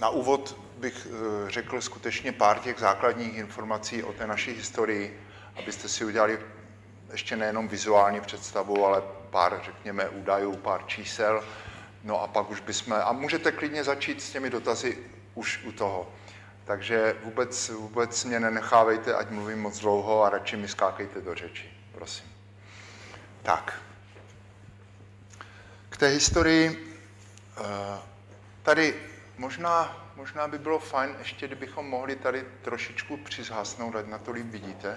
Na úvod bych řekl skutečně pár těch základních informací o té naší historii, abyste si udělali ještě nejenom vizuální představu, ale pár, řekněme, údajů, pár čísel. No a pak už bychom, a můžete klidně začít s těmi dotazy už u toho. Takže vůbec mě nenechávejte, ať mluvím moc dlouho a radši mi skákejte do řeči, prosím. Tak. K té historii tady možná by bylo fajn, ještě kdybychom mohli tady trošičku přizhasnout, ať na to líp vidíte.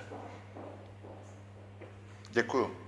Děkuju.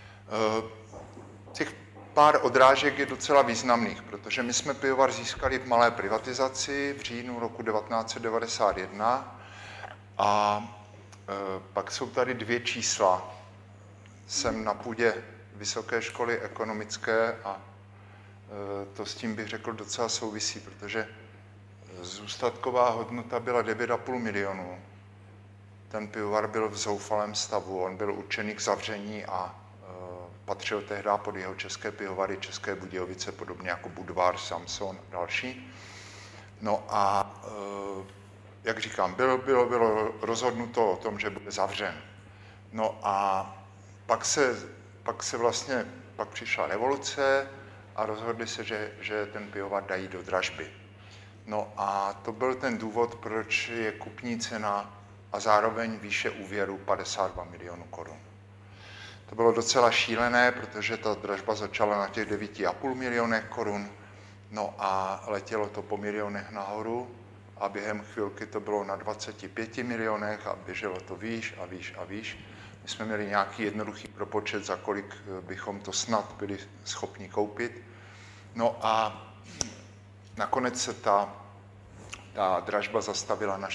Těch pár odrážek je docela významných, protože my jsme pivovar získali v malé privatizaci v říjnu roku 1991 a pak jsou tady dvě čísla. Jsem na půdě Vysoké školy ekonomické a to s tím bych řekl docela souvisí, protože zůstatková hodnota byla 9,5 milionů. Ten pivovar byl v zoufalém stavu, on byl určený k zavření a patřil tehdy pod jeho české pivovary, České Budějovice, podobně jako Budvar, Samson a další. No a jak říkám, bylo rozhodnuto o tom, že bude zavřen. No a pak přišla revoluce a rozhodli se, že ten pivovar dají do dražby. No a to byl ten důvod, proč je kupní cena a zároveň výše úvěru 52 milionů korun. To bylo docela šílené, protože ta dražba začala na těch 9,5 milionech korun, no a letělo to po milionech nahoru a během chvilky to bylo na 25 milionech a běželo to výš a výš a výš. My jsme měli nějaký jednoduchý propočet, za kolik bychom to snad byli schopni koupit. No a nakonec se ta dražba zastavila na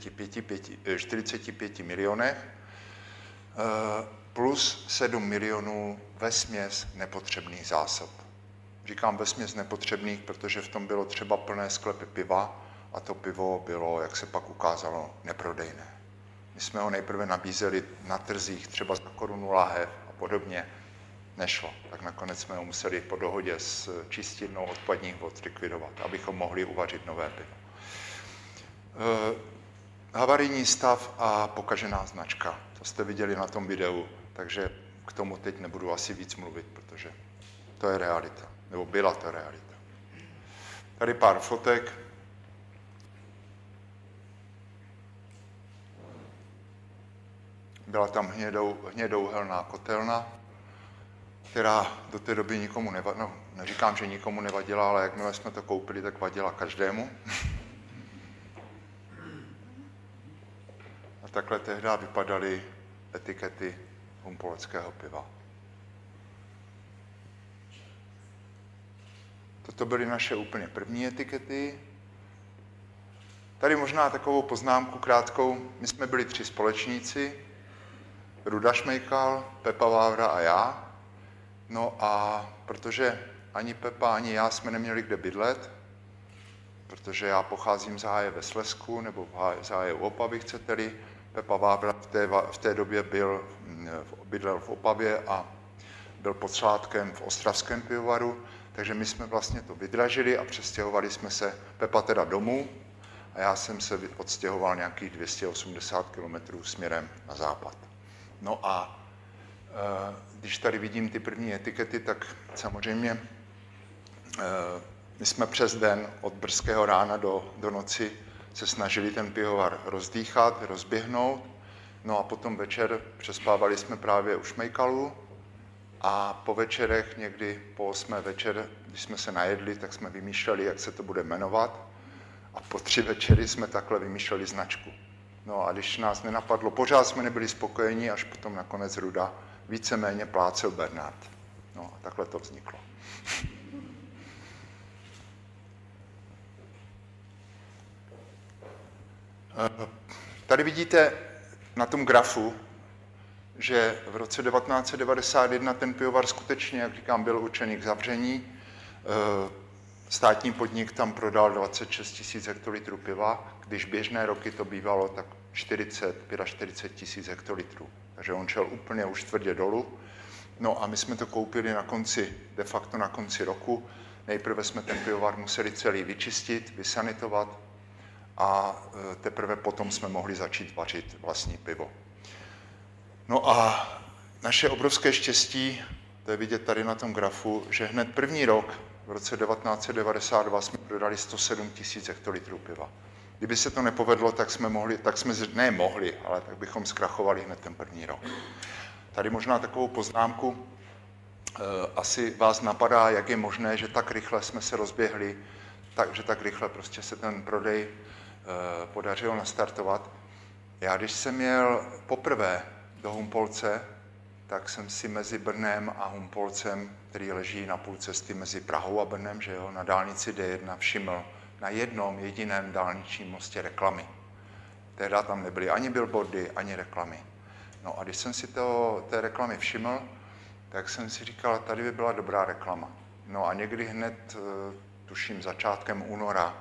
45 milionech plus 7 milionů vesměs nepotřebných zásob. Říkám vesměs nepotřebných, protože v tom bylo třeba plné sklepy piva a to pivo bylo, jak se pak ukázalo, neprodejné. My jsme ho nejprve nabízeli na trzích třeba za korunu lahev a podobně. Nešlo. Tak nakonec jsme ho museli po dohodě s čistírnou odpadních vod likvidovat, abychom mohli uvařit nové pivo. Havarijní stav a pokažená značka. To jste viděli na tom videu, takže k tomu teď nebudu asi víc mluvit, protože to je realita, nebo byla to realita. Tady pár fotek. Byla tam hnědouhelná kotelna, která do té doby nikomu nevadila, no, neříkám, že nikomu nevadila, ale jakmile jsme to koupili, tak vadila každému. A takhle tehdy vypadaly etikety humpoleckého piva. Toto byly naše úplně první etikety. Tady možná takovou poznámku krátkou. My jsme byli 3 společníci, Ruda Šmejkal, Pepa Vávra a já. No a protože ani Pepa, ani já jsme neměli kde bydlet, protože já pocházím z Háje ve Slezsku, nebo z Háje u Opavy, chcete-li. Pepa Vávra v té době bydlel v Opavě a byl pod Sládkem v ostravském pivovaru, takže my jsme vlastně to vydražili a přestěhovali jsme se, Pepa teda domů, a já jsem se odstěhoval nějakých 280 km směrem na západ. No a když tady vidím ty první etikety, tak samozřejmě my jsme přes den od brzkého rána do noci se snažili ten pivovar rozdýchat, rozběhnout. No a potom večer přespávali jsme právě u Šmejkalů a po večerech, někdy po 8. večer, když jsme se najedli, tak jsme vymýšleli, jak se to bude jmenovat. A po 3 večery jsme takhle vymýšleli značku. No a když nás nenapadlo, pořád jsme nebyli spokojeni, až potom nakonec Ruda víceméně plácel Bernard. No a takhle to vzniklo. Tady vidíte na tom grafu, že v roce 1991 ten pivovar skutečně, jak říkám, byl určený k zavření. Státní podnik tam prodal 26 000 hektolitrů piva, když běžné roky to bývalo tak 40 000 hektolitrů. Takže on šel úplně už tvrdě dolů. No a my jsme to koupili de facto na konci roku Nejprve jsme ten pivovar museli celý vyčistit, vysanitovat a teprve potom jsme mohli začít vařit vlastní pivo. No a naše obrovské štěstí, to je vidět tady na tom grafu, že hned první rok, v roce 1992, jsme prodali 107 000 hektolitrů piva. Kdyby se to nepovedlo, tak bychom zkrachovali hned ten první rok. Tady možná takovou poznámku, asi vás napadá, jak je možné, že tak rychle jsme se rozběhli, že tak rychle prostě se ten prodej podařilo nastartovat. Já když jsem jel poprvé do Humpolce, tak jsem si mezi Brnem a Humpolcem, který leží na půl cesty mezi Prahou a Brnem, že jo, na dálnici D1 všiml na jednom jediném dálničním mostě reklamy. Tehdy tam nebyly ani billboardy, ani reklamy. No a když jsem si té reklamy všiml, tak jsem si říkal, tady by byla dobrá reklama. No a někdy hned, tuším začátkem února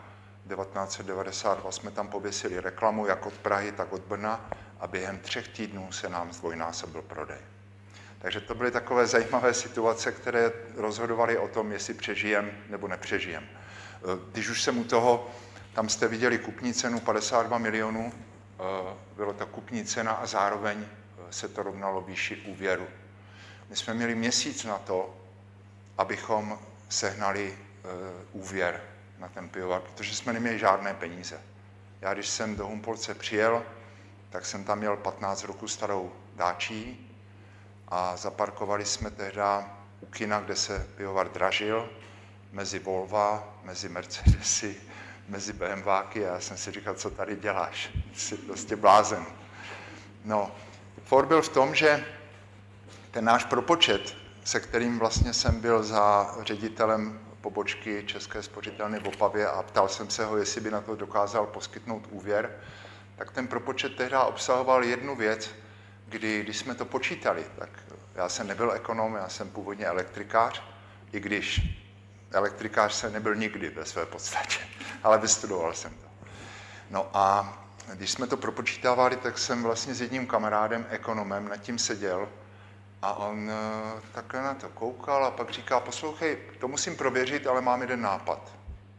1992, jsme tam pověsili reklamu jak od Prahy, tak od Brna a během 3 týdnů se nám zdvojnásobil prodej. Takže to byly takové zajímavé situace, které rozhodovaly o tom, jestli přežijem nebo nepřežijem. Když už jsem u toho, tam jste viděli kupní cenu 52 milionů, byla ta kupní cena a zároveň se to rovnalo výši úvěru. My jsme měli měsíc na to, abychom sehnali úvěr na ten pivovar, protože jsme neměli žádné peníze. Já když jsem do Humpolce přijel, tak jsem tam měl 15 roku starou Dačí a zaparkovali jsme tehdy u kina, kde se pivovar dražil, mezi Volva, mezi Mercedesy, mezi BMWáky a já jsem si říkal, co tady děláš? Jsi prostě blázen. No, for byl v tom, že ten náš propočet, se kterým vlastně jsem byl za ředitelem pobočky České spořitelny v Opavě a ptal jsem se ho, jestli by na to dokázal poskytnout úvěr, tak ten propočet tehdy obsahoval jednu věc, když jsme to počítali, tak já jsem nebyl ekonom, já jsem původně elektrikář, i když elektrikář jsem nebyl nikdy ve své podstatě, ale vystudoval jsem to. No a když jsme to propočítávali, tak jsem vlastně s jedním kamarádem, ekonomem, nad tím seděl a on takhle na to koukal a pak říká, poslouchej, to musím prověřit, ale mám jeden nápad.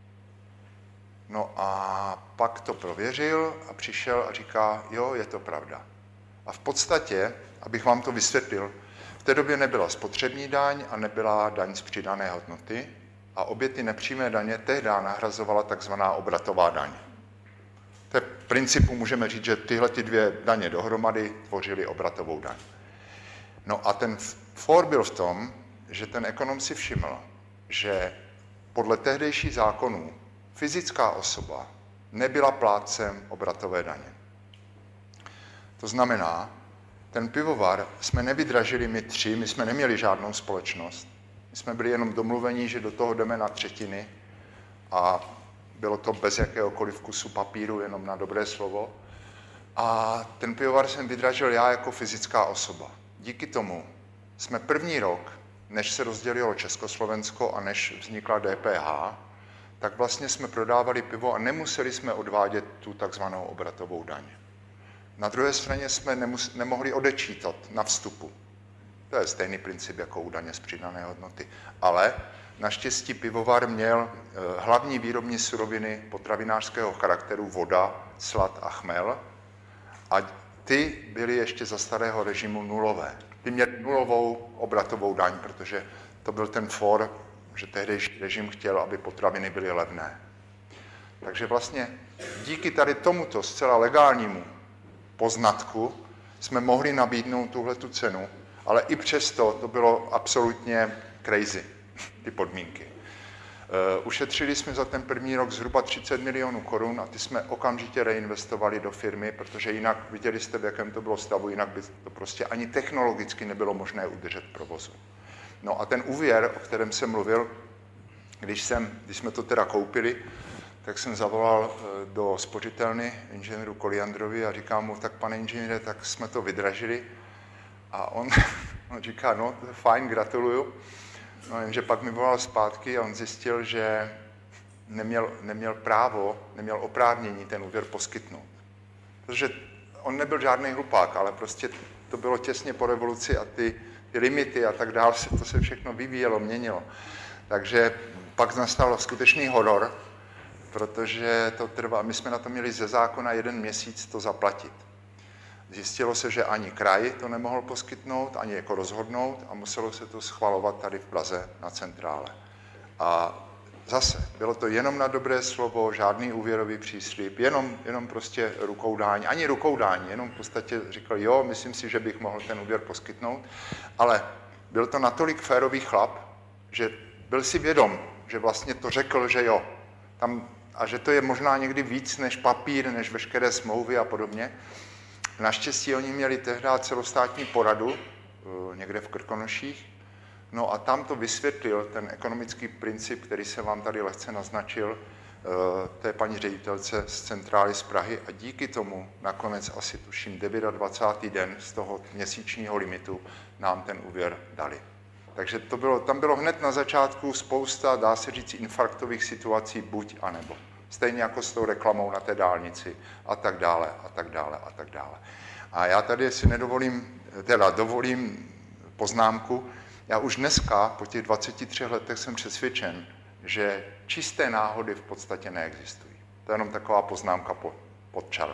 No a pak to prověřil a přišel a říká, jo, je to pravda. A v podstatě, abych vám to vysvětlil, v té době nebyla spotřební daň a nebyla daň z přidané hodnoty a obě ty nepřímé daně tehdy nahrazovala takzvaná obratová daň. To je v principu můžeme říct, že tyhle dvě daně dohromady tvořily obratovou daň. No a ten for byl v tom, že ten ekonom si všiml, že podle tehdejších zákonů fyzická osoba nebyla plátcem obratové daně. To znamená, ten pivovar jsme nevydražili my 3, my jsme neměli žádnou společnost. My jsme byli jenom domluveni, že do toho jdeme na třetiny a bylo to bez jakéhokoliv kusu papíru, jenom na dobré slovo. A ten pivovar jsem vydražil já jako fyzická osoba. Díky tomu jsme první rok, než se rozdělilo Československo a než vznikla DPH, tak vlastně jsme prodávali pivo a nemuseli jsme odvádět tu takzvanou obratovou daň. Na druhé straně jsme nemohli odečítat na vstupu. To je stejný princip jako u daně z přidané hodnoty. Ale naštěstí pivovar měl hlavní výrobní suroviny potravinářského charakteru, voda, slad a chmel. A ty byly ještě za starého režimu nulové. Ty měly nulovou obratovou daň, protože to byl ten for, že tehdejší režim chtěl, aby potraviny byly levné. Takže vlastně díky tady tomuto zcela legálnímu poznatku jsme mohli nabídnout tuhletu cenu, ale i přesto to bylo absolutně crazy, ty podmínky. Ušetřili jsme za ten první rok zhruba 30 milionů korun a ty jsme okamžitě reinvestovali do firmy, protože jinak, viděli jste, v jakém to bylo stavu, jinak by to prostě ani technologicky nebylo možné udržet provozu. No a ten úvěr, o kterém jsem mluvil, když jsme to teda koupili, tak jsem zavolal do spořitelny inženýru Koliandrovi a říkám mu, tak pane inženýre, tak jsme to vydražili. A on říká, no, to je fajn, gratuluju. No, jenže pak mi volal zpátky a on zjistil, že neměl oprávnění ten úvěr poskytnout. Protože on nebyl žádný hlupák, ale prostě to bylo těsně po revoluci a ty limity a tak dále, to se všechno vyvíjelo, měnilo. Takže pak nastal skutečný horor, protože to trvá, my jsme na to měli ze zákona 1 měsíc to zaplatit. Zjistilo se, že ani kraj to nemohl poskytnout, ani jako rozhodnout a muselo se to schvalovat tady v Praze na centrále. A zase, bylo to jenom na dobré slovo, žádný úvěrový příslib, jenom prostě rukoudání, ani rukoudání, jenom v podstatě říkal, jo, myslím si, že bych mohl ten úvěr poskytnout, ale byl to natolik férový chlap, že byl si vědom, že vlastně to řekl, že jo, a že to je možná někdy víc než papír, než veškeré smlouvy a podobně. Naštěstí oni měli tehdy celostátní poradu někde v Krkonoších, no a tam to vysvětlil ten ekonomický princip, který se vám tady lehce naznačil, té paní ředitelce z centrály z Prahy a díky tomu nakonec asi tuším 29. den z toho měsíčního limitu nám ten úvěr dali. Takže tam bylo hned na začátku spousta, dá se říct, infarktových situací buď a nebo. Stejně jako s tou reklamou na té dálnici a tak dále, a tak dále, a tak dále. A já tady si dovolím poznámku. Já už dneska, po těch 23 letech, jsem přesvědčen, že čisté náhody v podstatě neexistují. To je jenom taková poznámka pod čarou.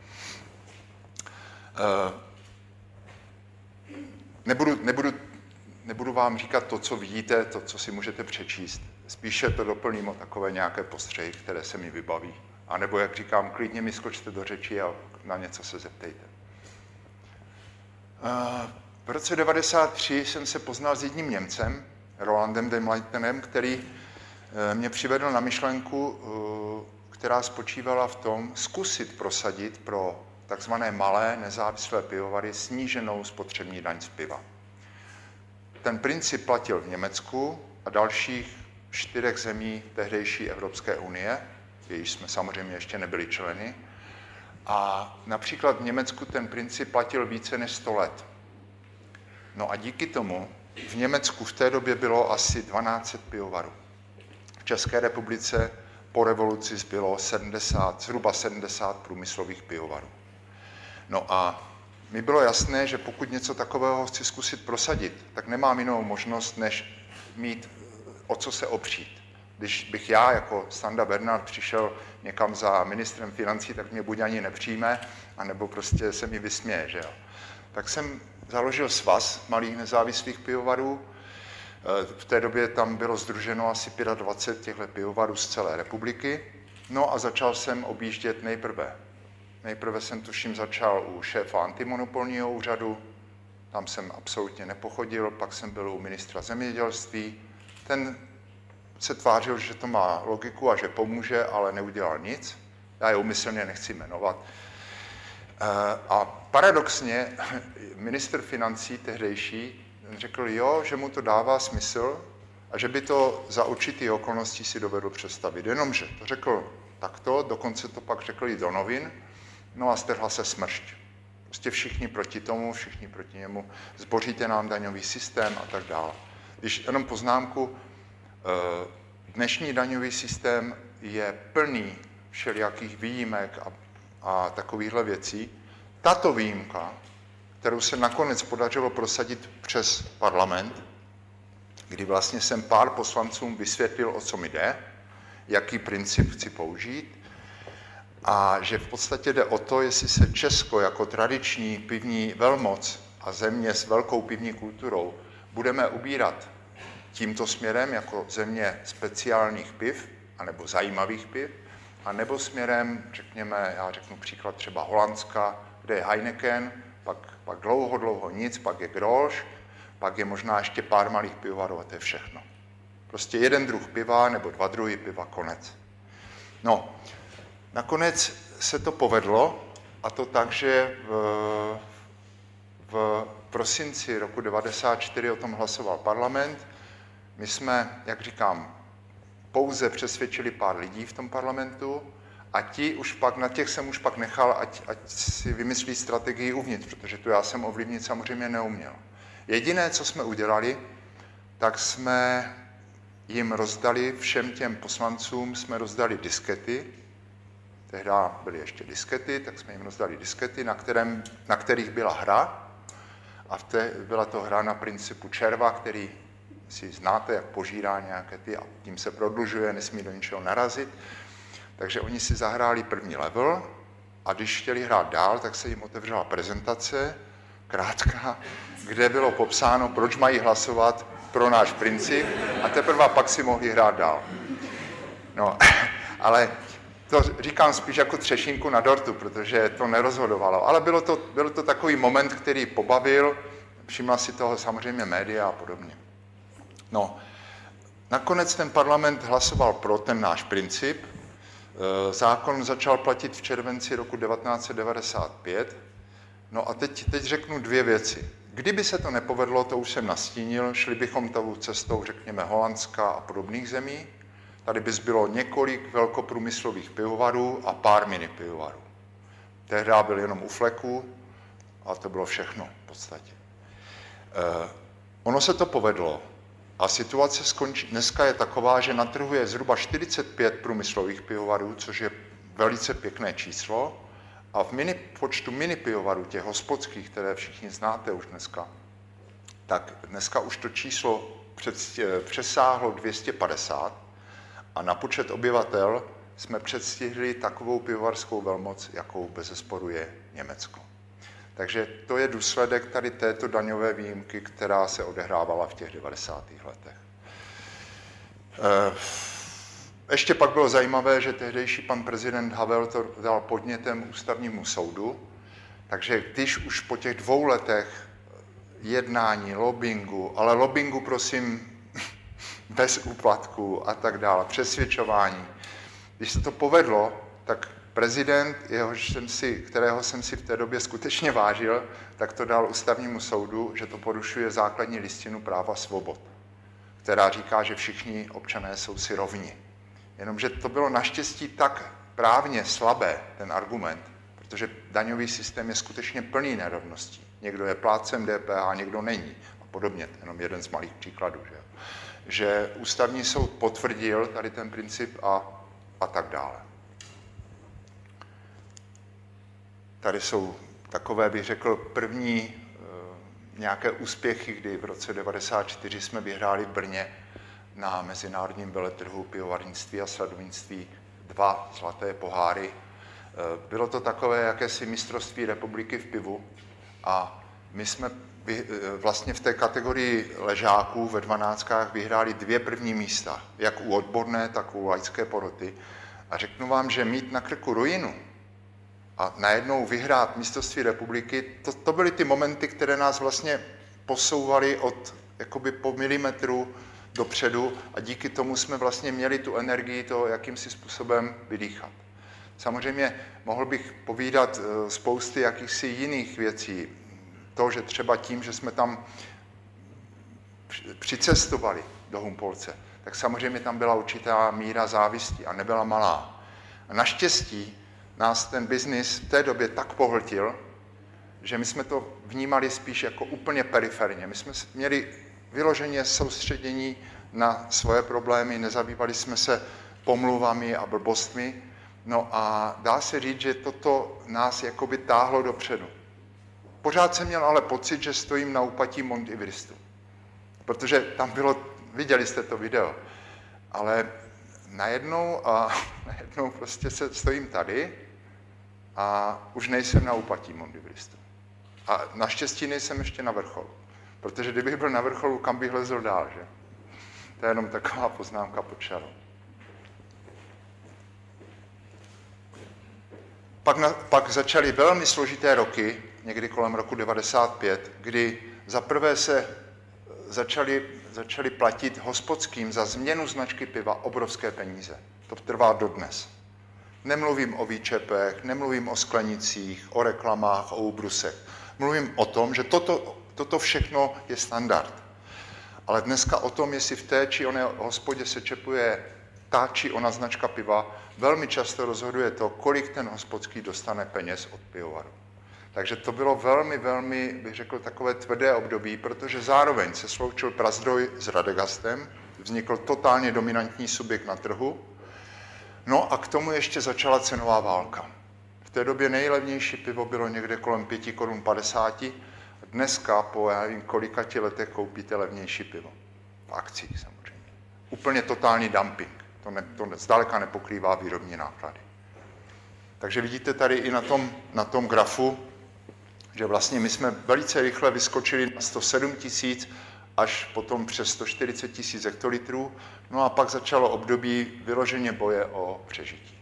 Nebudu vám říkat to, co vidíte, to, co si můžete přečíst. Spíše to doplním o takové nějaké postřehy, které se mi vybaví. A nebo, jak říkám, klidně mi skočte do řeči a na něco se zeptejte. V roce 1993 jsem se poznal s jedním Němcem, Rolandem Demleitenem, který mě přivedl na myšlenku, která spočívala v tom zkusit prosadit pro takzvané malé nezávislé pivovary sníženou spotřební daň z piva. Ten princip platil v Německu a dalších 4 zemí tehdejší Evropské unie, jejíž jsme samozřejmě ještě nebyli členy. A například v Německu ten princip platil více než 100 let. No a díky tomu v Německu v té době bylo asi 1200 pivovarů. V České republice po revoluci zbylo zhruba 70 průmyslových pivovarů. No a mi bylo jasné, že pokud něco takového chci zkusit prosadit, tak nemám jinou možnost, než mít o co se opřít. Když bych já jako Standa Bernard přišel někam za ministrem financí, tak mě buď ani nepřijme, anebo prostě se mi vysměje, že jo. Tak jsem založil svaz malých nezávislých pivovarů. V té době tam bylo sdruženo asi 25 těchto pivovarů z celé republiky. No a začal jsem objíždět nejprve. Nejprve jsem tuším začal u šéfa antimonopolního úřadu, tam jsem absolutně nepochodil, pak jsem byl u ministra zemědělství. Ten se tvářil, že to má logiku a že pomůže, ale neudělal nic. Já je úmyslně nechci jmenovat. A paradoxně ministr financí tehdejší řekl, jo, že mu to dává smysl a že by to za určitý okolností si dovedl představit. Jenomže to řekl takto, dokonce to pak řekl i do novin, no a strhla se smršť. Prostě všichni proti tomu, všichni proti němu, zboříte nám daňový systém a tak dále. Když jenom poznámku, dnešní daňový systém je plný všelijakých výjimek a takovýchhle věcí. Tato výjimka, kterou se nakonec podařilo prosadit přes parlament, kdy vlastně jsem pár poslancům vysvětlil, o co mi jde, jaký princip chci použít, a že v podstatě jde o to, jestli se Česko jako tradiční pivní velmoc a země s velkou pivní kulturou budeme ubírat tímto směrem jako země speciálních piv, anebo zajímavých piv, anebo směrem, řekněme, já řeknu příklad třeba Holandska, kde je Heineken, pak dlouho nic, pak je Grolsch, pak je možná ještě pár malých pivovarů a to je všechno. Prostě jeden druh piva nebo 2 druhy piva, konec. No, nakonec se to povedlo, a to tak, že v prosinci roku 1994 o tom hlasoval parlament. My jsme, jak říkám, pouze přesvědčili pár lidí v tom parlamentu a na těch jsem už pak nechal, ať si vymyslí strategii uvnitř, protože tu já jsem ovlivnit samozřejmě neuměl. Jediné, co jsme udělali, tak jsme jim rozdali, všem těm poslancům jsme rozdali diskety. Tehdy byly ještě diskety, tak jsme jim rozdali diskety, na kterých byla hra. A byla to hra na principu červa, který si znáte, jak požírá nějaké ty a tím se prodlužuje, nesmí do ničeho narazit. Takže oni si zahráli první level a když chtěli hrát dál, tak se jim otevřela prezentace, krátká, kde bylo popsáno, proč mají hlasovat pro náš princip a teprve pak si mohli hrát dál. No, ale to říkám spíš jako třešinku na dortu, protože to nerozhodovalo. Ale byl to takový moment, který pobavil, všimla si toho samozřejmě média a podobně. No, nakonec ten parlament hlasoval pro ten náš princip. Zákon začal platit v červenci roku 1995. No a teď řeknu dvě věci. Kdyby se to nepovedlo, to už jsem nastínil, šli bychom tou cestou, řekněme, Holandska a podobných zemí. Tady by zbylo několik velkoprůmyslových pivovarů a pár mini pivovarů. Tehdy byl jenom u fleku a to bylo všechno v podstatě. Ono se to povedlo a situace dneska je taková, že na trhu je zhruba 45 průmyslových pivovarů, což je velice pěkné číslo. A v počtu mini pivovarů, těch hospodských, které všichni znáte už dneska, tak dneska už to číslo přesáhlo 250 a na počet obyvatel jsme předstihli takovou pivovarskou velmoc, jakou bezesporu je Německo. Takže to je důsledek tady této daňové výjimky, která se odehrávala v těch 90. letech. Ještě pak bylo zajímavé, že tehdejší pan prezident Havel to dal podnětem ústavnímu soudu, takže když už po těch 2 letech jednání, lobbingu, ale lobbingu prosím bez úplatku a tak dále, přesvědčování, když se to povedlo, tak prezident, kterého jsem si v té době skutečně vážil, tak to dal ústavnímu soudu, že to porušuje základní listinu práva svobod, která říká, že všichni občané jsou si rovni. Jenomže to bylo naštěstí tak právně slabé, ten argument, protože daňový systém je skutečně plný nerovností. Někdo je plátcem DPH, někdo není a podobně, jenom jeden z malých příkladů. Že ústavní soud potvrdil tady ten princip a tak dále. Tady jsou takové, bych řekl, první nějaké úspěchy, kdy v roce 1994 jsme vyhráli v Brně na mezinárodním veletrhu pivovarnictví a sladovnictví 2 zlaté poháry. Bylo to takové jakési mistrovství republiky v pivu a my jsme vlastně v té kategorii ležáků ve 12 vyhráli 2 první místa, jak u odborné, tak u laické poroty. A řeknu vám, že mít na krku ruinu a najednou vyhrát mistrovství republiky, to byly ty momenty, které nás vlastně posouvaly od jakoby po milimetru dopředu a díky tomu jsme vlastně měli tu energii to jakýmsi způsobem vydýchat. Samozřejmě mohl bych povídat spousty jakýchsi jiných věcí. To, že třeba tím, že jsme tam přicestovali do Humpolce, tak samozřejmě tam byla určitá míra závisti a nebyla malá. A naštěstí nás ten biznis v té době tak pohltil, že my jsme to vnímali spíš jako úplně periferně. My jsme měli vyloženě soustředění na svoje problémy, nezabývali jsme se pomluvami a blbostmi. No a dá se říct, že toto nás jakoby táhlo dopředu. Pořád jsem měl ale pocit, že stojím na úpatí Mont Everestu. Protože tam bylo, viděli jste to video, ale najednou prostě stojím tady a už nejsem na úpatí Mont Everestu. A naštěstí nejsem ještě na vrcholu. Protože kdybych byl na vrcholu, kam bych lezl dál, že? To je jenom taková poznámka pod čarou. Pak začaly velmi složité roky, někdy kolem roku 95, kdy zaprvé se začaly platit hospodským za změnu značky piva obrovské peníze. To trvá dodnes. Nemluvím o výčepech, nemluvím o sklenicích, o reklamách, o úbrusech. Mluvím o tom, že toto všechno je standard. Ale dneska o tom, jestli v té či oné hospodě se čepuje ta či ona značka piva, velmi často rozhoduje to, kolik ten hospodský dostane peněz od pivovaru. Takže to bylo velmi, velmi, bych řekl, takové tvrdé období, protože zároveň se sloučil Prazdroj s Radegastem, vznikl totálně dominantní subjekt na trhu, no a k tomu ještě začala cenová válka. V té době nejlevnější pivo bylo někde kolem 5,50 Kč, dneska po já nevím kolika letech koupíte levnější pivo. v akcích samozřejmě. Úplně totální dumping. To zdaleka nepokrývá výrobní náklady. Takže vidíte tady i na tom grafu, že vlastně my jsme velice rychle vyskočili na 107 000 až potom přes 140 000 hektolitrů, no a pak začalo období vyloženě boje o přežití.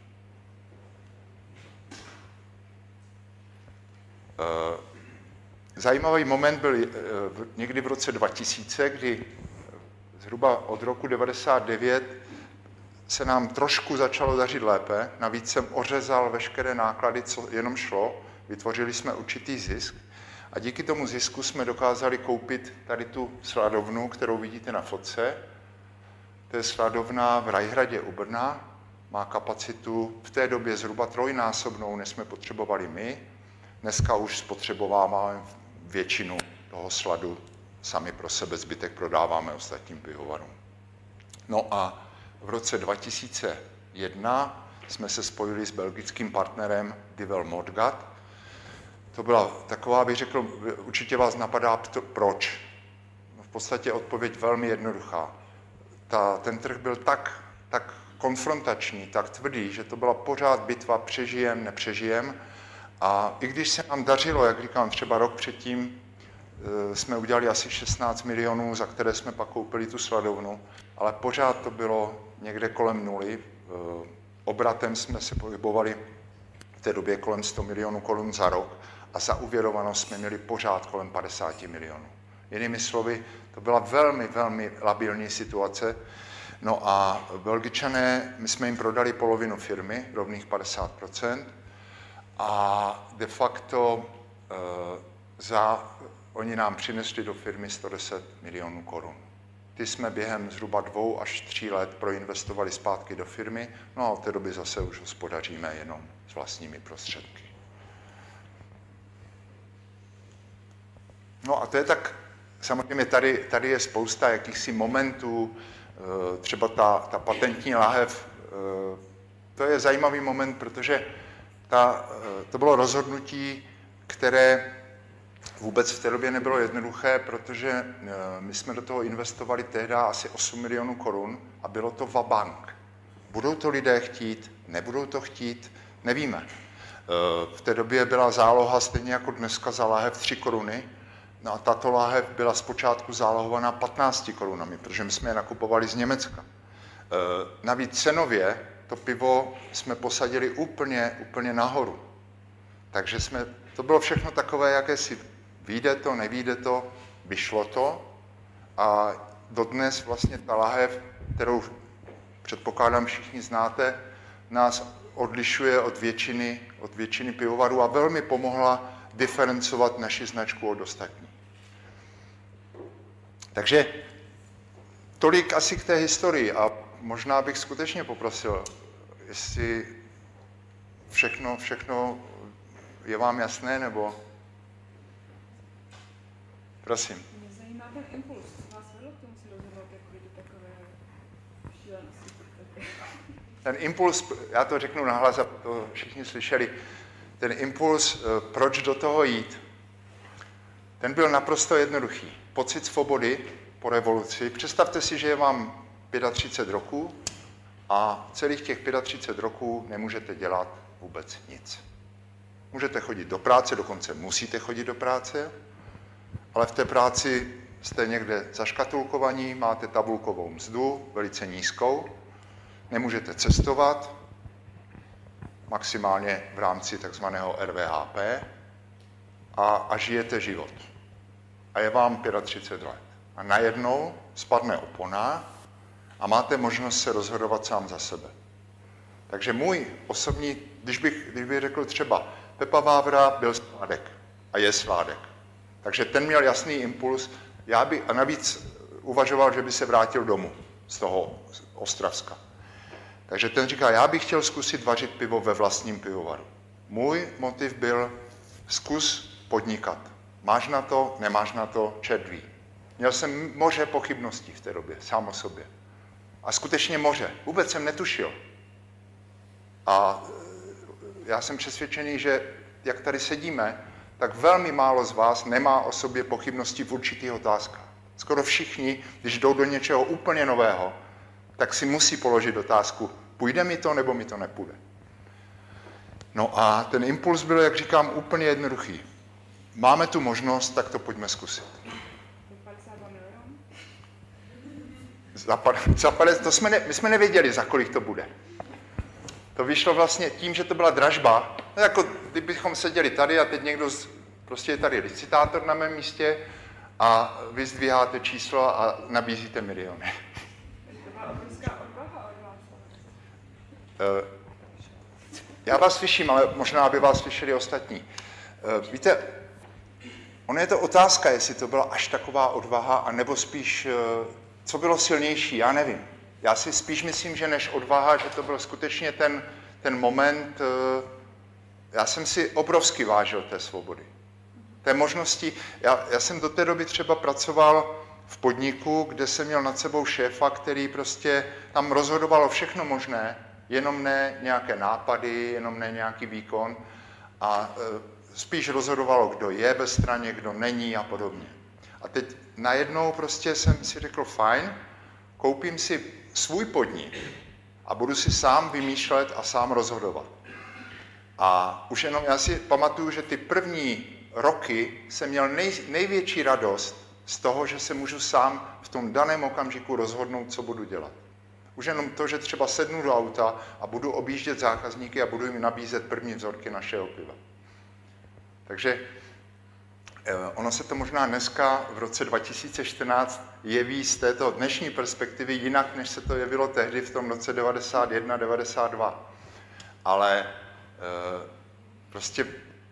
Zajímavý moment byl někdy v roce 2000, kdy zhruba od roku 1999 se nám trošku začalo dařit lépe, navíc jsem ořezal veškeré náklady, co jenom šlo, vytvořili jsme určitý zisk a díky tomu zisku jsme dokázali koupit tady tu sladovnu, kterou vidíte na fotce. To je sladovna v Rajhradě u Brna, má kapacitu v té době zhruba trojnásobnou, než jsme potřebovali my. Dneska už spotřebováváme většinu toho sladu sami pro sebe, zbytek prodáváme ostatním pivovarům. No a v roce 2001 jsme se spojili s belgickým partnerem Dyvel Modgat. To byla taková, bych řekl, určitě vás napadá, proč. V podstatě odpověď velmi jednoduchá. Ten trh byl tak konfrontační, tak tvrdý, že to byla pořád bitva přežijem, nepřežijem. A i když se nám dařilo, jak říkám, třeba rok předtím jsme udělali asi 16 milionů, za které jsme pak koupili tu sladovnu, ale pořád to bylo někde kolem nuly. Obratem jsme se pohybovali v té době kolem 100 milionů korun za rok a za úvěrovanost jsme měli pořád kolem 50 milionů. Jinými slovy, to byla velmi, velmi labilní situace. No a Belgičané, my jsme jim prodali polovinu firmy, rovných 50%, a de facto oni nám přinesli do firmy 110 milionů korun. Ty jsme během zhruba 2 až 3 let proinvestovali zpátky do firmy, no a od té doby zase už hospodaříme jenom s vlastními prostředky. No a to je tak, samozřejmě tady je spousta jakýchsi momentů, třeba ta patentní lahev, to je zajímavý moment, protože to bylo rozhodnutí, které vůbec v té době nebylo jednoduché, protože my jsme do toho investovali tehdy asi 8 milionů korun a bylo to vabank. Budou to lidé chtít, nebudou to chtít, nevíme. V té době byla záloha stejně jako dneska za láhev 3 koruny, no a tato láhev byla zpočátku zálohovaná 15 korunami, protože my jsme je nakupovali z Německa. Navíc cenově to pivo jsme posadili úplně nahoru. Takže to bylo všechno takové, jakési vyjde to, nevyjde to, vyšlo to a dodnes vlastně ta lahev, kterou předpokládám všichni znáte, nás odlišuje od většiny pivovarů a velmi pomohla diferencovat naši značku od ostatních. Takže tolik asi k té historii a možná bych skutečně poprosil, jestli všechno je vám jasné, nebo... Prosím. Mě zajímá ten impuls. Co vás vedlo k tomu se rozhodnout jako do takové šílenosti? Ten impuls, já to řeknu nahlas, a to všichni slyšeli, ten impuls, proč do toho jít, ten byl naprosto jednoduchý. Pocit svobody po revoluci. Představte si, že je vám 35 roků a celých těch 35 roků nemůžete dělat vůbec nic. Můžete chodit do práce, dokonce musíte chodit do práce, ale v té práci jste někde zaškatulkovaní, máte tabulkovou mzdu, velice nízkou, nemůžete cestovat, maximálně v rámci takzvaného RVHP, a žijete život. A je vám 35 let. A najednou spadne opona a máte možnost se rozhodovat sám za sebe. Takže můj osobní, když bych řekl třeba, Pepa Vávra byl sládek a je sládek. Takže ten měl jasný impuls, a navíc uvažoval, že by se vrátil domů z toho Ostravska. Takže ten říká, já bych chtěl zkusit vařit pivo ve vlastním pivovaru. Můj motiv byl, zkus podnikat. Máš na to, nemáš na to, červí. Měl jsem moře pochybností v té době, sám o sobě. A skutečně moře. Vůbec jsem netušil. A já jsem přesvědčený, že jak tady sedíme, tak velmi málo z vás nemá o sobě pochybnosti v určitých otázkách. Skoro všichni, když jdou do něčeho úplně nového, tak si musí položit otázku, půjde mi to, nebo mi to nepůjde. No a ten impuls byl, jak říkám, úplně jednoduchý. Máme tu možnost, tak to pojďme zkusit. 52 milionů? My jsme nevěděli, za kolik to bude. To vyšlo vlastně tím, že to byla dražba. No jako kdybychom seděli tady a teď někdo, prostě je tady licitátor na mém místě a vy zdvíháte číslo a nabízíte miliony. To byla obrovská odvaha od vás. Já vás slyším, ale možná by vás slyšeli ostatní. Víte, ono je to otázka, jestli to byla až taková odvaha, anebo spíš, co bylo silnější, já nevím. Já si spíš myslím, že než odvaha, že to byl skutečně ten moment, já jsem si obrovsky vážil té svobody. Té možnosti, já jsem do té doby třeba pracoval v podniku, kde jsem měl nad sebou šéfa, který prostě tam rozhodovalo všechno možné, jenom ne nějaké nápady, jenom ne nějaký výkon a spíš rozhodovalo, kdo je ve straně, kdo není a podobně. A teď najednou prostě jsem si řekl, fajn, koupím si svůj podnik a budu si sám vymýšlet a sám rozhodovat. A už jenom já si pamatuju, že ty první roky jsem měl největší radost z toho, že se můžu sám v tom daném okamžiku rozhodnout, co budu dělat. Už jenom to, že třeba sednu do auta a budu objíždět zákazníky a budu jim nabízet první vzorky našeho piva. Takže ono se to možná dneska v roce 2014 jeví z této dnešní perspektivy jinak, než se to jevilo tehdy v tom roce 91, 92. Ale prostě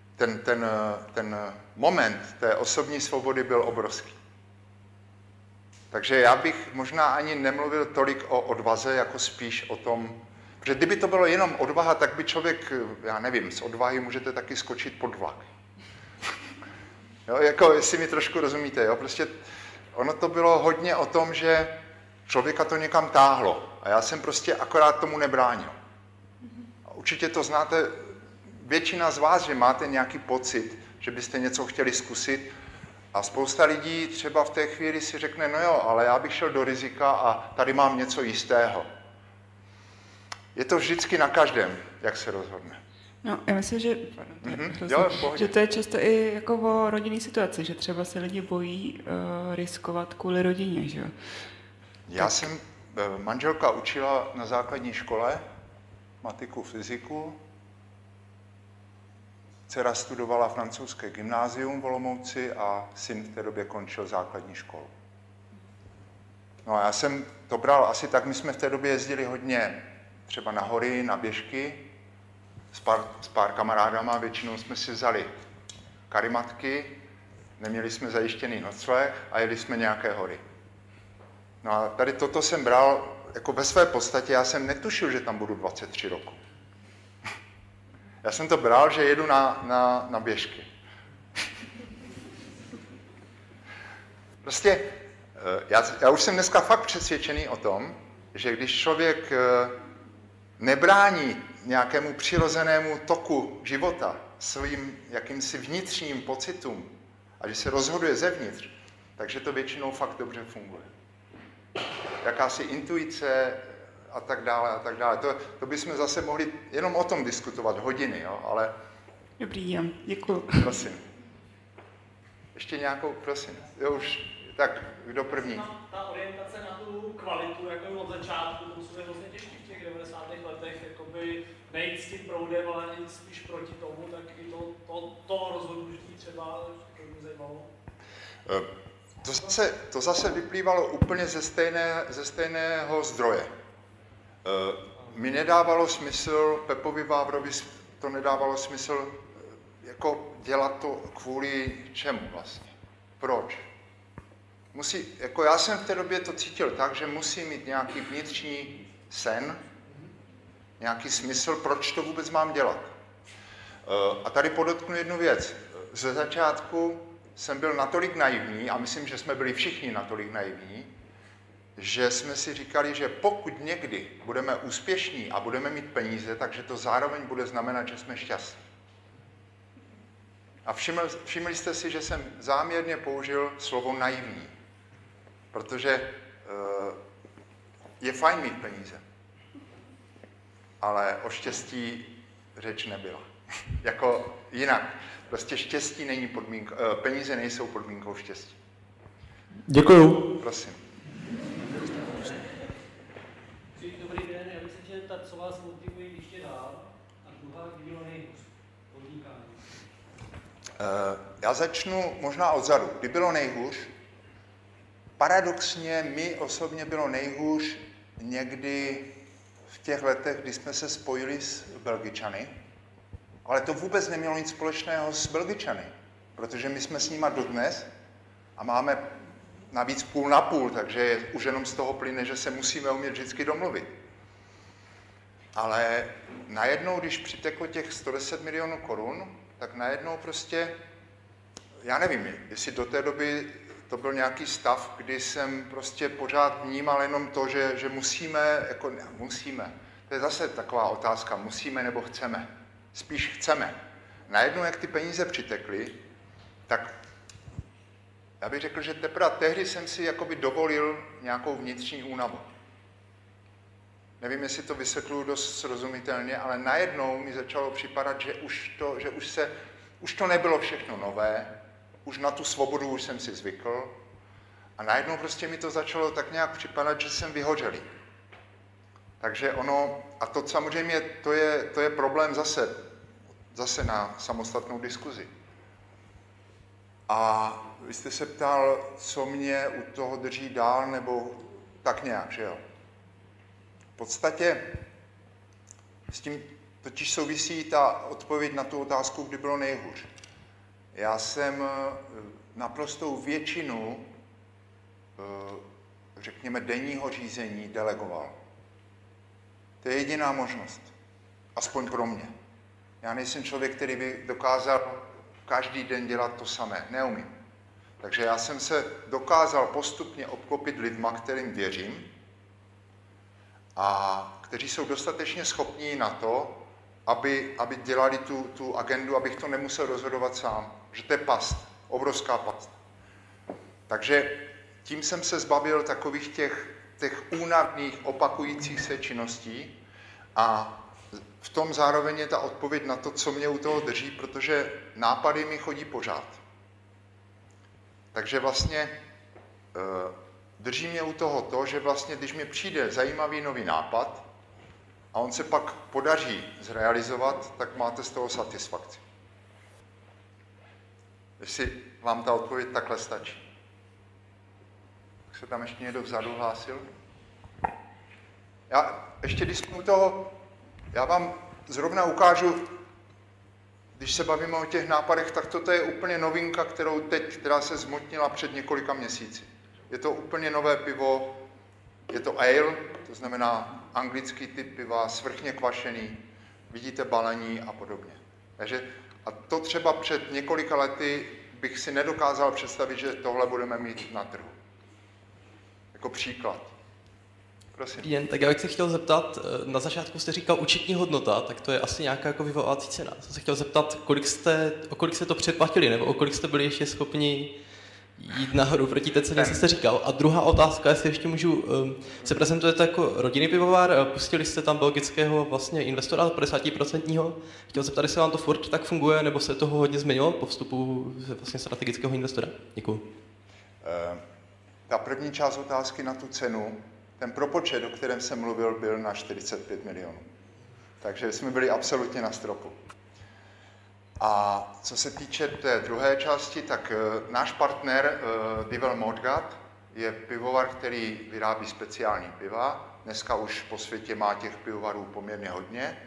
ten moment té osobní svobody byl obrovský. Takže já bych možná ani nemluvil tolik o odvaze, jako spíš o tom, protože kdyby to bylo jenom odvaha, tak by člověk, já nevím, z odvahy můžete taky skočit pod vlak. Jo, jako, jestli mi trošku rozumíte, jo, prostě ono to bylo hodně o tom, že člověka to někam táhlo a já jsem prostě akorát tomu nebránil. A určitě to znáte, většina z vás, že máte nějaký pocit, že byste něco chtěli zkusit a spousta lidí třeba v té chvíli si řekne, no jo, ale já bych šel do rizika a tady mám něco jistého. Je to vždycky na každém, jak se rozhodne. No, já myslím, že, že to je často i jako o rodinné situaci, že třeba se lidi bojí riskovat kvůli rodině, že jo? Manželka učila na základní škole matiku, fyziku, dcera studovala francouzské gymnázium v Olomouci a syn v té době končil základní školu. No a já jsem to bral asi tak, my jsme v té době jezdili hodně třeba na hory, na běžky, s pár kamarádama, většinou jsme si vzali karimatky, neměli jsme zajištěný nocleh a jeli jsme nějaké hory. No a tady toto jsem bral, jako ve své podstatě, já jsem netušil, že tam budu 23 roku. Já jsem to bral, že jedu na běžky. Prostě já už jsem dneska fakt přesvědčený o tom, že když člověk nebrání nějakému přirozenému toku života, svým jakýmsi vnitřním pocitům a že se rozhoduje zevnitř, takže to většinou fakt dobře funguje. Jakási intuice a tak dále, a tak dále. To bychom zase mohli jenom o tom diskutovat hodiny, jo, ale... Dobrý, Jan, děkuju. Prosím. Ještě nějakou, prosím. Jo, už, tak, kdo první? Ta orientace na tu kvalitu, jako od začátku, to musí být vlastně těžký v těch 90. letech, jakoby nejít s tím proudem, ale jít spíš proti tomu, tak i to rozhodnutí třeba, to mě zajímalo. To zase vyplývalo úplně ze stejného zdroje. Mi nedávalo smysl, Pepovi Vávrovi to nedávalo smysl, jako dělat to kvůli čemu vlastně. Proč? Jako já jsem v té době to cítil tak, že musí mít nějaký vnitřní sen, nějaký smysl, proč to vůbec mám dělat. A tady podotknu jednu věc. Ze začátku jsem byl natolik naivní, a myslím, že jsme byli všichni natolik naivní, že jsme si říkali, že pokud někdy budeme úspěšní a budeme mít peníze, takže to zároveň bude znamenat, že jsme šťastní. A všimli jste si, že jsem záměrně použil slovo naivní. protože je fajn mít peníze, ale o štěstí řeč nebyla. Jako jinak. Prostě štěstí není podmínka, peníze nejsou podmínkou štěstí. Děkuju. Prosím. Dobrý den, já bych se chtěl zeptat, co vás motivuje ještě dál a druhá, kdy bylo nejhůř podnikání. Já začnu možná odzadu. Kdy bylo nejhůř? Paradoxně mi osobně bylo nejhůř někdy v těch letech, kdy jsme se spojili s Belgičany, ale to vůbec nemělo nic společného s Belgičany, protože my jsme s nima dodnes a máme navíc půl na půl, takže už jenom z toho plyne, že se musíme umět vždycky domluvit. Ale najednou, když přiteklo těch 110 milionů korun, tak najednou prostě, já nevím, jestli do té doby to byl nějaký stav, kdy jsem prostě pořád vnímal jenom to, že musíme, jako musíme. To je zase taková otázka, musíme nebo chceme. Spíš chceme. Najednou, jak ty peníze přitekly, tak já bych řekl, že teprve tehdy jsem si jakoby dovolil nějakou vnitřní únavu. Nevím, jestli to vysvětluji dost srozumitelně, ale najednou mi začalo připadat, že už to nebylo všechno nové, už na tu svobodu už jsem si zvykl a najednou prostě mi to začalo tak nějak připadat, že jsem vyhořelý. Takže ono, a to samozřejmě, to je problém zase na samostatnou diskuzi. A vy jste se ptal, co mě u toho drží dál, nebo tak nějak, že jo? V podstatě s tím totiž souvisí ta odpověď na tu otázku, kdy bylo nejhůř. Já jsem naprostou většinu, řekněme, denního řízení delegoval. To je jediná možnost, aspoň pro mě. Já nejsem člověk, který by dokázal každý den dělat to samé. Neumím. Takže já jsem se dokázal postupně obklopit lidma, kterým věřím a kteří jsou dostatečně schopní na to, aby dělali tu agendu, abych to nemusel rozhodovat sám. Že to je past, obrovská past. Takže tím jsem se zbavil takových těch únavných, opakujících se činností a v tom zároveň je ta odpověď na to, co mě u toho drží, protože nápady mi chodí pořád. Takže vlastně drží mě u toho to, že vlastně, když mi přijde zajímavý nový nápad a on se pak podaří zrealizovat, tak máte z toho satisfakci. Jestli vám ta odpověď takhle stačí. Tak se tam ještě někdo vzadu hlásil? Já ještě když jsme u toho, já vám zrovna ukážu, když se bavíme o těch nápadech, tak toto je úplně novinka, která se zmotnila před několika měsíci. Je to úplně nové pivo, je to ale, to znamená anglický typ piva, svrchně kvašený, vidíte balení a podobně. Takže a to třeba před několika lety bych si nedokázal představit, že tohle budeme mít na trhu. Jako příklad. Prosím. Jen, tak já bych se chtěl zeptat, na začátku jste říkal účetní hodnota, tak to je asi nějaká jako vyvolávací cena. Jsem se chtěl zeptat, o kolik jste to předplatili, nebo o kolik jste byli ještě schopni jít nahoru proti té ceně, co jste říkal. A druhá otázka, jestli ještě můžu, se prezentujete jako rodinný pivovar, pustili jste tam belgického vlastně investora 50%. Chtěl se zeptat, jestli vám to furt tak funguje, nebo se toho hodně změnilo po vstupu vlastně strategického investora. Děkuji. Ta první část otázky na tu cenu, ten propočet, o kterém jsem mluvil, byl na 45 milionů. Takže jsme byli absolutně na stropu. A co se týče té druhé části, tak náš partner Divel Modgat je pivovar, který vyrábí speciální piva. Dneska už po světě má těch pivovarů poměrně hodně.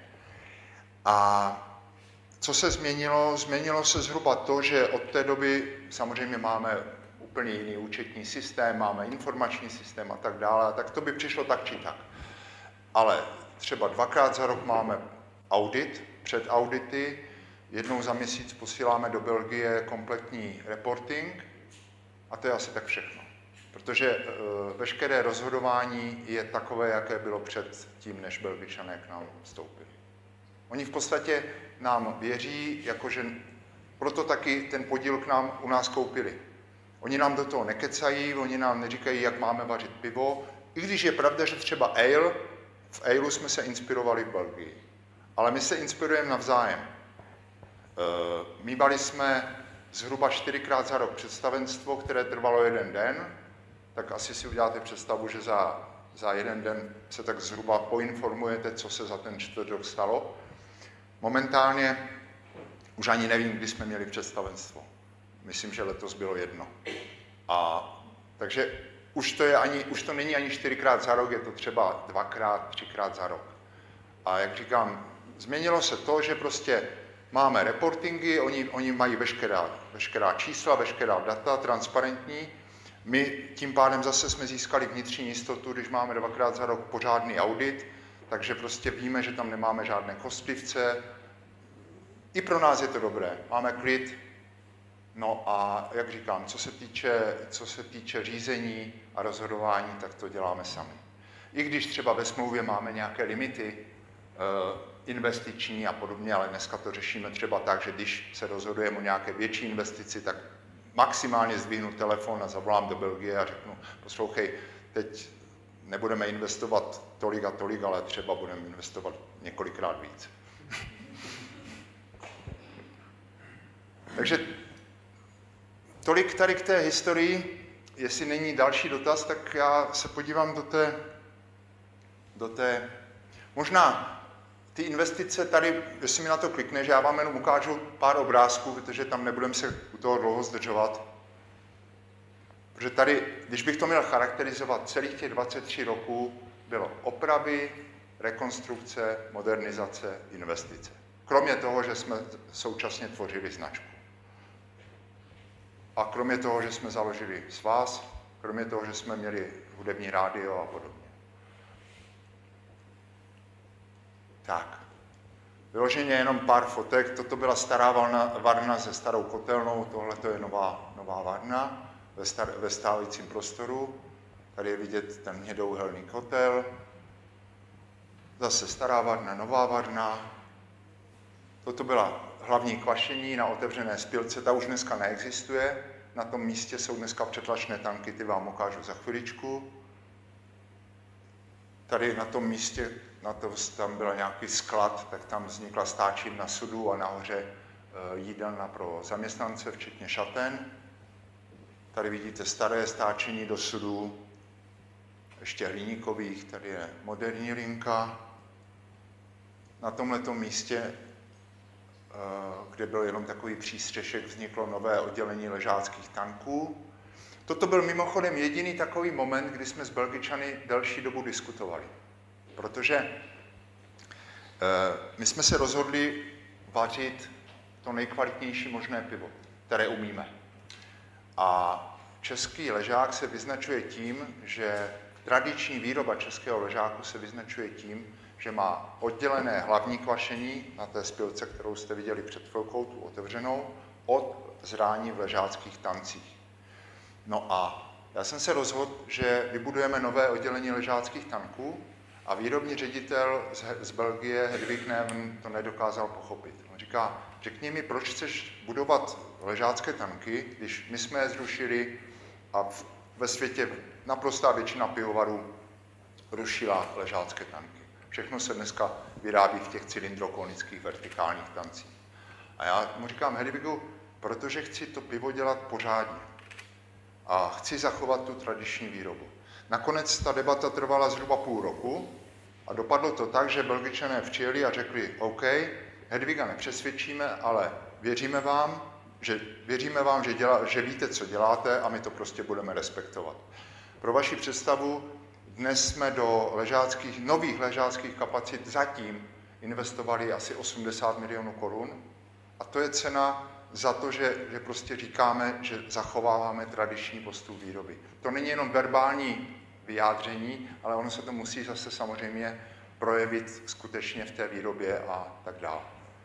A co se změnilo? Změnilo se zhruba to, že od té doby samozřejmě máme úplně jiný účetní systém, máme informační systém a tak dále, tak to by přišlo tak či tak. Ale třeba 2krát za rok máme audit, před audity, jednou za měsíc posíláme do Belgie kompletní reporting a to je asi tak všechno. Protože veškeré rozhodování je takové, jaké bylo před tím, než Belgičané k nám vstoupili. Oni v podstatě nám věří, jakože proto taky ten podíl k nám u nás koupili. Oni nám do toho nekecají, oni nám neříkají, jak máme vařit pivo, i když je pravda, že třeba ale, v aleu jsme se inspirovali v Belgii, ale my se inspirujeme navzájem. Mívali jsme zhruba 4krát za rok představenstvo, které trvalo 1 den, tak asi si uděláte představu, že za 1 den se tak zhruba poinformujete, co se za ten 4 rok stalo. Momentálně už ani nevím, kdy jsme měli představenstvo. Myslím, že letos bylo 1. Takže už to není ani 4krát za rok, je to třeba 2krát, 3krát za rok. A jak říkám, změnilo se to, že prostě máme reportingy, oni mají veškerá čísla, veškerá data, transparentní. My tím pádem zase jsme získali vnitřní jistotu, když máme 2krát za rok pořádný audit, takže prostě víme, že tam nemáme žádné kostlivce. I pro nás je to dobré, máme klid. No a jak říkám, co se týče řízení a rozhodování, tak to děláme sami. I když třeba ve smlouvě máme nějaké limity investiční a podobně, ale dneska to řešíme třeba tak, že když se rozhodujeme o nějaké větší investici, tak maximálně zdvihnu telefon a zavolám do Belgie a řeknu, poslouchej, teď nebudeme investovat tolik a tolik, ale třeba budeme investovat několikrát víc. Takže tolik tady k té historii. Jestli není další dotaz, tak já se podívám do té možná ty investice tady, jestli mi na to klikne, že já vám jenom ukážu pár obrázků, protože tam nebudeme se u toho dlouho zdržovat. Protože tady, když bych to měl charakterizovat, celých těch 23 roků bylo opravy, rekonstrukce, modernizace, investice. Kromě toho, že jsme současně tvořili značku. A kromě toho, že jsme založili svaz, kromě toho, že jsme měli hudební rádio a podobně. Tak, vyloženě jenom pár fotek. Toto byla stará varna se starou kotelnou, tohle to je nová varna ve stávajícím prostoru. Tady je vidět ten hnědouhelný kotel. Zase stará varna, nová varna. Toto byla hlavní kvašení na otevřené spilce, ta už dneska neexistuje. Na tom místě jsou dneska přetlačné tanky, ty vám ukážu za chviličku. Tady na tom místě, tam byl nějaký sklad, tak tam vznikla stáčivna sudů a nahoře jídelna pro zaměstnance, včetně šaten. Tady vidíte staré stáčení do sudů, ještě hliníkových, tady je moderní linka. Na tomhletom místě, kde byl jenom takový přístřešek, vzniklo nové oddělení ležáckých tanků. Toto byl mimochodem jediný takový moment, kdy jsme s Belgičany delší dobu diskutovali. Protože my jsme se rozhodli vařit to nejkvalitnější možné pivo, které umíme. A český ležák se vyznačuje tím, že tradiční výroba českého ležáku se vyznačuje tím, že má oddělené hlavní kvašení na té spilce, kterou jste viděli před chvilkou, tu otevřenou, od zrání v ležáckých tancích. No a já jsem se rozhodl, že vybudujeme nové oddělení ležáckých tanků a výrobní ředitel z Belgie, Hedwig Neven, to nedokázal pochopit. On říká, řekni mi, proč chceš budovat ležácké tanky, když my jsme je zrušili a ve světě naprostá většina pivovarů rušila ležácké tanky. Všechno se dneska vyrábí v těch cylindrokonických vertikálních tancích. A já mu říkám, Hedwigu, protože chci to pivo dělat pořádně a chci zachovat tu tradiční výrobu. Nakonec ta debata trvala zhruba půl roku a dopadlo to tak, že Belgičané přijeli a řekli, OK, Hedwiga nepřesvědčíme, ale věříme vám, že víte, co děláte a my to prostě budeme respektovat. Pro vaši představu, dnes jsme do nových ležáckých kapacit zatím investovali asi 80 milionů korun a to je cena za to, že prostě říkáme, že zachováváme tradiční postup výroby. To není jenom verbální vyjádření, ale ono se to musí zase samozřejmě projevit skutečně v té výrobě a tak dále.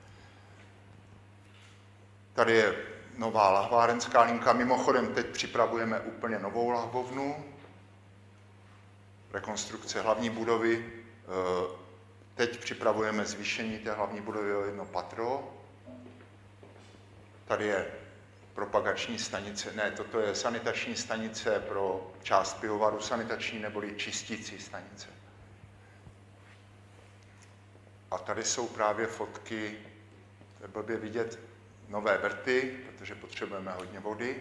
Tady je nová lahvárenská linka. Mimochodem teď připravujeme úplně novou lahvovnu, rekonstrukce hlavní budovy. Teď připravujeme zvýšení té hlavní budovy o 1 patro. Tady je propagační stanice, ne, toto je sanitační stanice pro část pivovaru, sanitační neboli čistící stanice. A tady jsou právě fotky, je blbě vidět, nové vrty, protože potřebujeme hodně vody.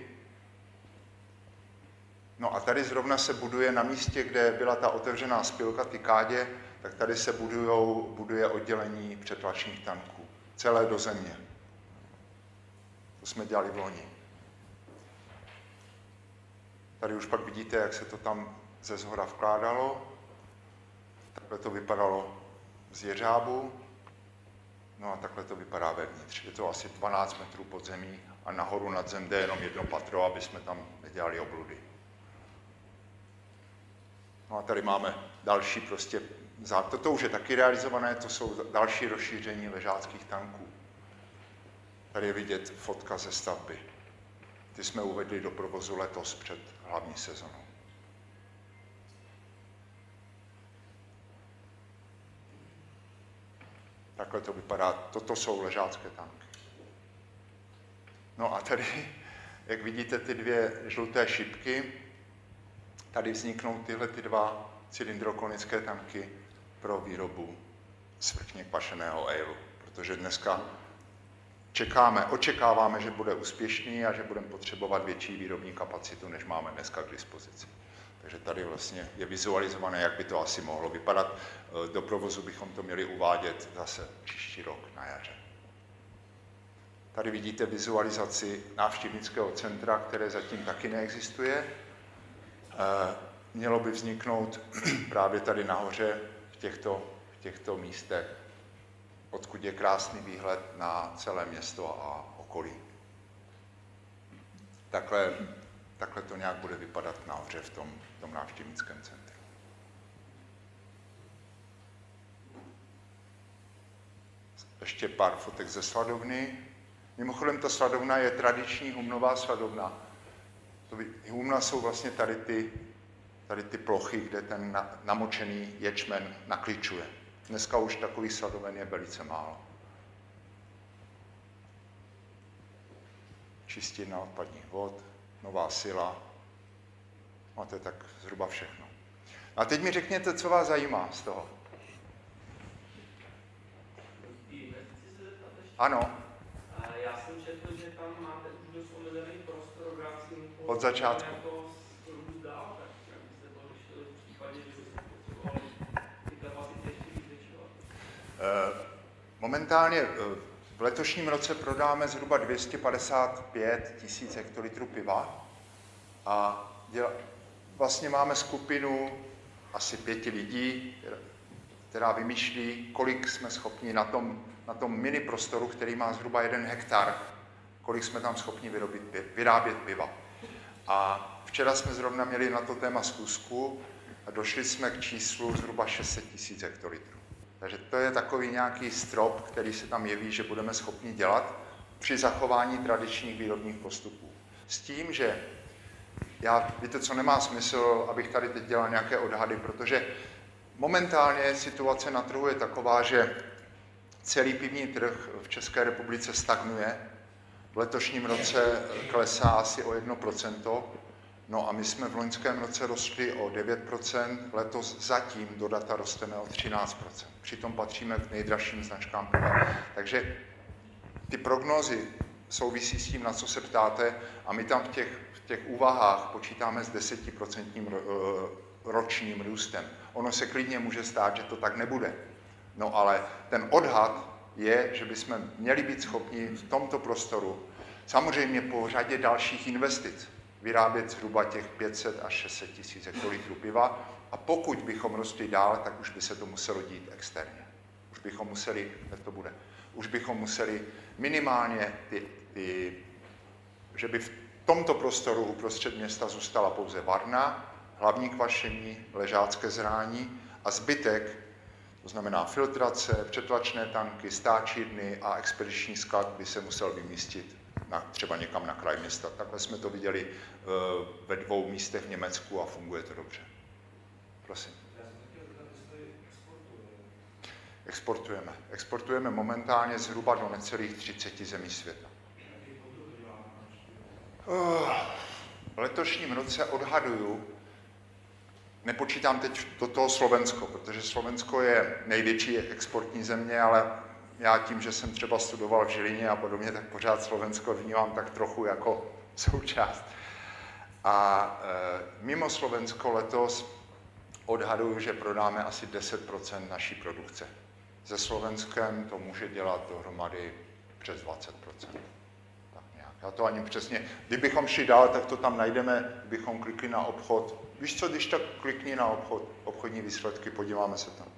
No a tady zrovna se buduje na místě, kde byla ta otevřená spilka, ty kádě, tak tady se buduje oddělení přetlačných tanků. Celé do země. To jsme dělali v loni. Tady už pak vidíte, jak se to tam ze zhora vkládalo. Takhle to vypadalo z jeřábu. No a takhle to vypadá vevnitř. Je to asi 12 metrů pod zemí a nahoru nad zem jde jenom jedno patro, aby jsme tam nedělali obludy. No a tady máme další prostě, toto už je taky realizované, to jsou další rozšíření ležáckých tanků. Tady je vidět fotka ze stavby. Ty jsme uvedli do provozu letos před hlavní sezónou. Takhle to vypadá, toto jsou ležácké tanky. No a tady, jak vidíte, ty dvě žluté šipky, tady vzniknou tyhle ty dva cylindrokonické tanky pro výrobu svrchně kvašeného ale, protože dneska očekáváme, že bude úspěšný a že budeme potřebovat větší výrobní kapacitu, než máme dneska k dispozici. Takže tady vlastně je vizualizované, jak by to asi mohlo vypadat. Do provozu bychom to měli uvádět zase příští rok na jaře. Tady vidíte vizualizaci návštěvnického centra, které zatím taky neexistuje. Mělo by vzniknout právě tady nahoře v těchto místech, odkud je krásný výhled na celé město a okolí. Takhle to nějak bude vypadat nahoře v tom návštěvnickém centru. Ještě pár fotek ze sladovny. Mimochodem, ta sladovna je tradiční humnová sladovna. Humna jsou vlastně tady ty plochy, kde ten namočený ječmen nakličuje. Dneska už takových sladoven je velice málo. Čistina odpadních vod, nová sila. A to je tak zhruba všechno. A teď mi řekněte, co vás zajímá z toho. Ano. Já jsem četl, že tam máte už dost omezený prostor v rámci od začátku. Jako růst dál, tak jak byste to řešili v případě, že byste potřebovali ty kapacity ještě víc zvětšovat? Momentálně v letošním roce prodáme zhruba 255 000 hektolitrů piva a vlastně máme skupinu asi 5 lidí, která vymýšlí, kolik jsme schopni na tom mini prostoru, který má zhruba 1 hektar, kolik jsme tam schopni vyrábět piva. A včera jsme zrovna měli na to téma schůzku a došli jsme k číslu zhruba 600 000 hektolitrů. Takže to je takový nějaký strop, který se tam jeví, že budeme schopni dělat při zachování tradičních výrobních postupů. S tím, že víte co, nemá smysl, abych tady teď dělal nějaké odhady, protože momentálně situace na trhu je taková, že celý pivní trh v České republice stagnuje. V letošním roce klesá asi o 1%, no a my jsme v loňském roce rostli o 9%, letos zatím do data rosteme o 13%. Přitom patříme k nejdražším značkám piva. Takže ty prognózy souvisí s tím, na co se ptáte, a my tam v těch úvahách počítáme s 10% ročním růstem. Ono se klidně může stát, že to tak nebude. No ale ten odhad je, že bychom měli být schopni v tomto prostoru, samozřejmě po řadě dalších investic, vyrábět zhruba těch 500 až 600 000 hektolitrů piva, a pokud bychom rostli dál, tak už by se to muselo dít externě. Už bychom museli minimálně že by v tomto prostoru uprostřed města zůstala pouze varna, hlavní kvašení, ležácké zrání a zbytek, to znamená filtrace, přetlačné tanky, stáčírny a expediční sklad, by se musel vymístit třeba někam na kraj města. Takhle jsme to viděli ve 2 místech v Německu a funguje to dobře. Prosím. Exportujeme momentálně zhruba do necelých 30 zemí světa. V letošním roce odhaduju, nepočítám teď do toho Slovensko, protože Slovensko je největší exportní země, ale já tím, že jsem třeba studoval v Žilině a podobně, tak pořád Slovensko vnímám tak trochu jako součást. A mimo Slovensko letos odhaduju, že prodáme asi 10% naší produkce. Se Slovenskem to může dělat dohromady přes 20%. Tak nějak. Já to ani přesně, kdybychom šli dál, tak to tam najdeme, kdybychom klikli na obchod. Víš co, když tak klikni na obchodní výsledky, podíváme se tam.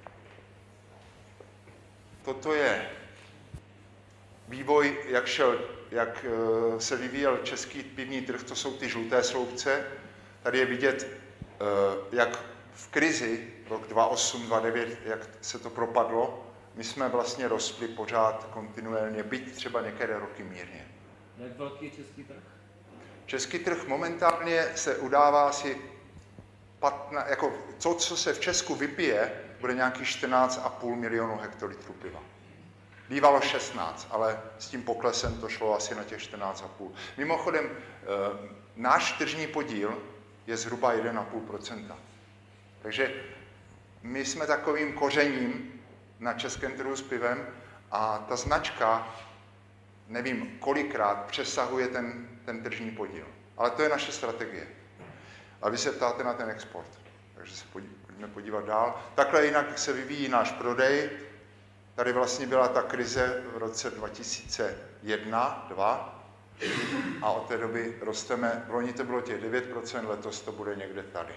Toto je vývoj, jak se vyvíjel český pivní trh, to jsou ty žluté sloupce. Tady je vidět, jak v krizi, rok 2008, 2009, jak se to propadlo. My jsme vlastně rostli pořád kontinuálně, byť třeba některé roky mírně. Jak velký je český trh? Český trh momentálně se udává asi 15, jako to, co se v Česku vypije, bude nějakých 14,5 milionu hektolitrů piva. Bývalo 16, ale s tím poklesem to šlo asi na těch 14,5. Mimochodem, náš tržní podíl je zhruba 1,5%. Takže my jsme takovým kořením na českém trhu s pivem a ta značka, nevím kolikrát, přesahuje ten tržní podíl. Ale to je naše strategie. A vy se ptáte na ten export. Takže se pojďme podívat dál. Takhle jinak se vyvíjí náš prodej. Tady vlastně byla ta krize v roce 2001-2002 a od té doby rosteme, v loni to bylo těch 9%, letos to bude někde tady.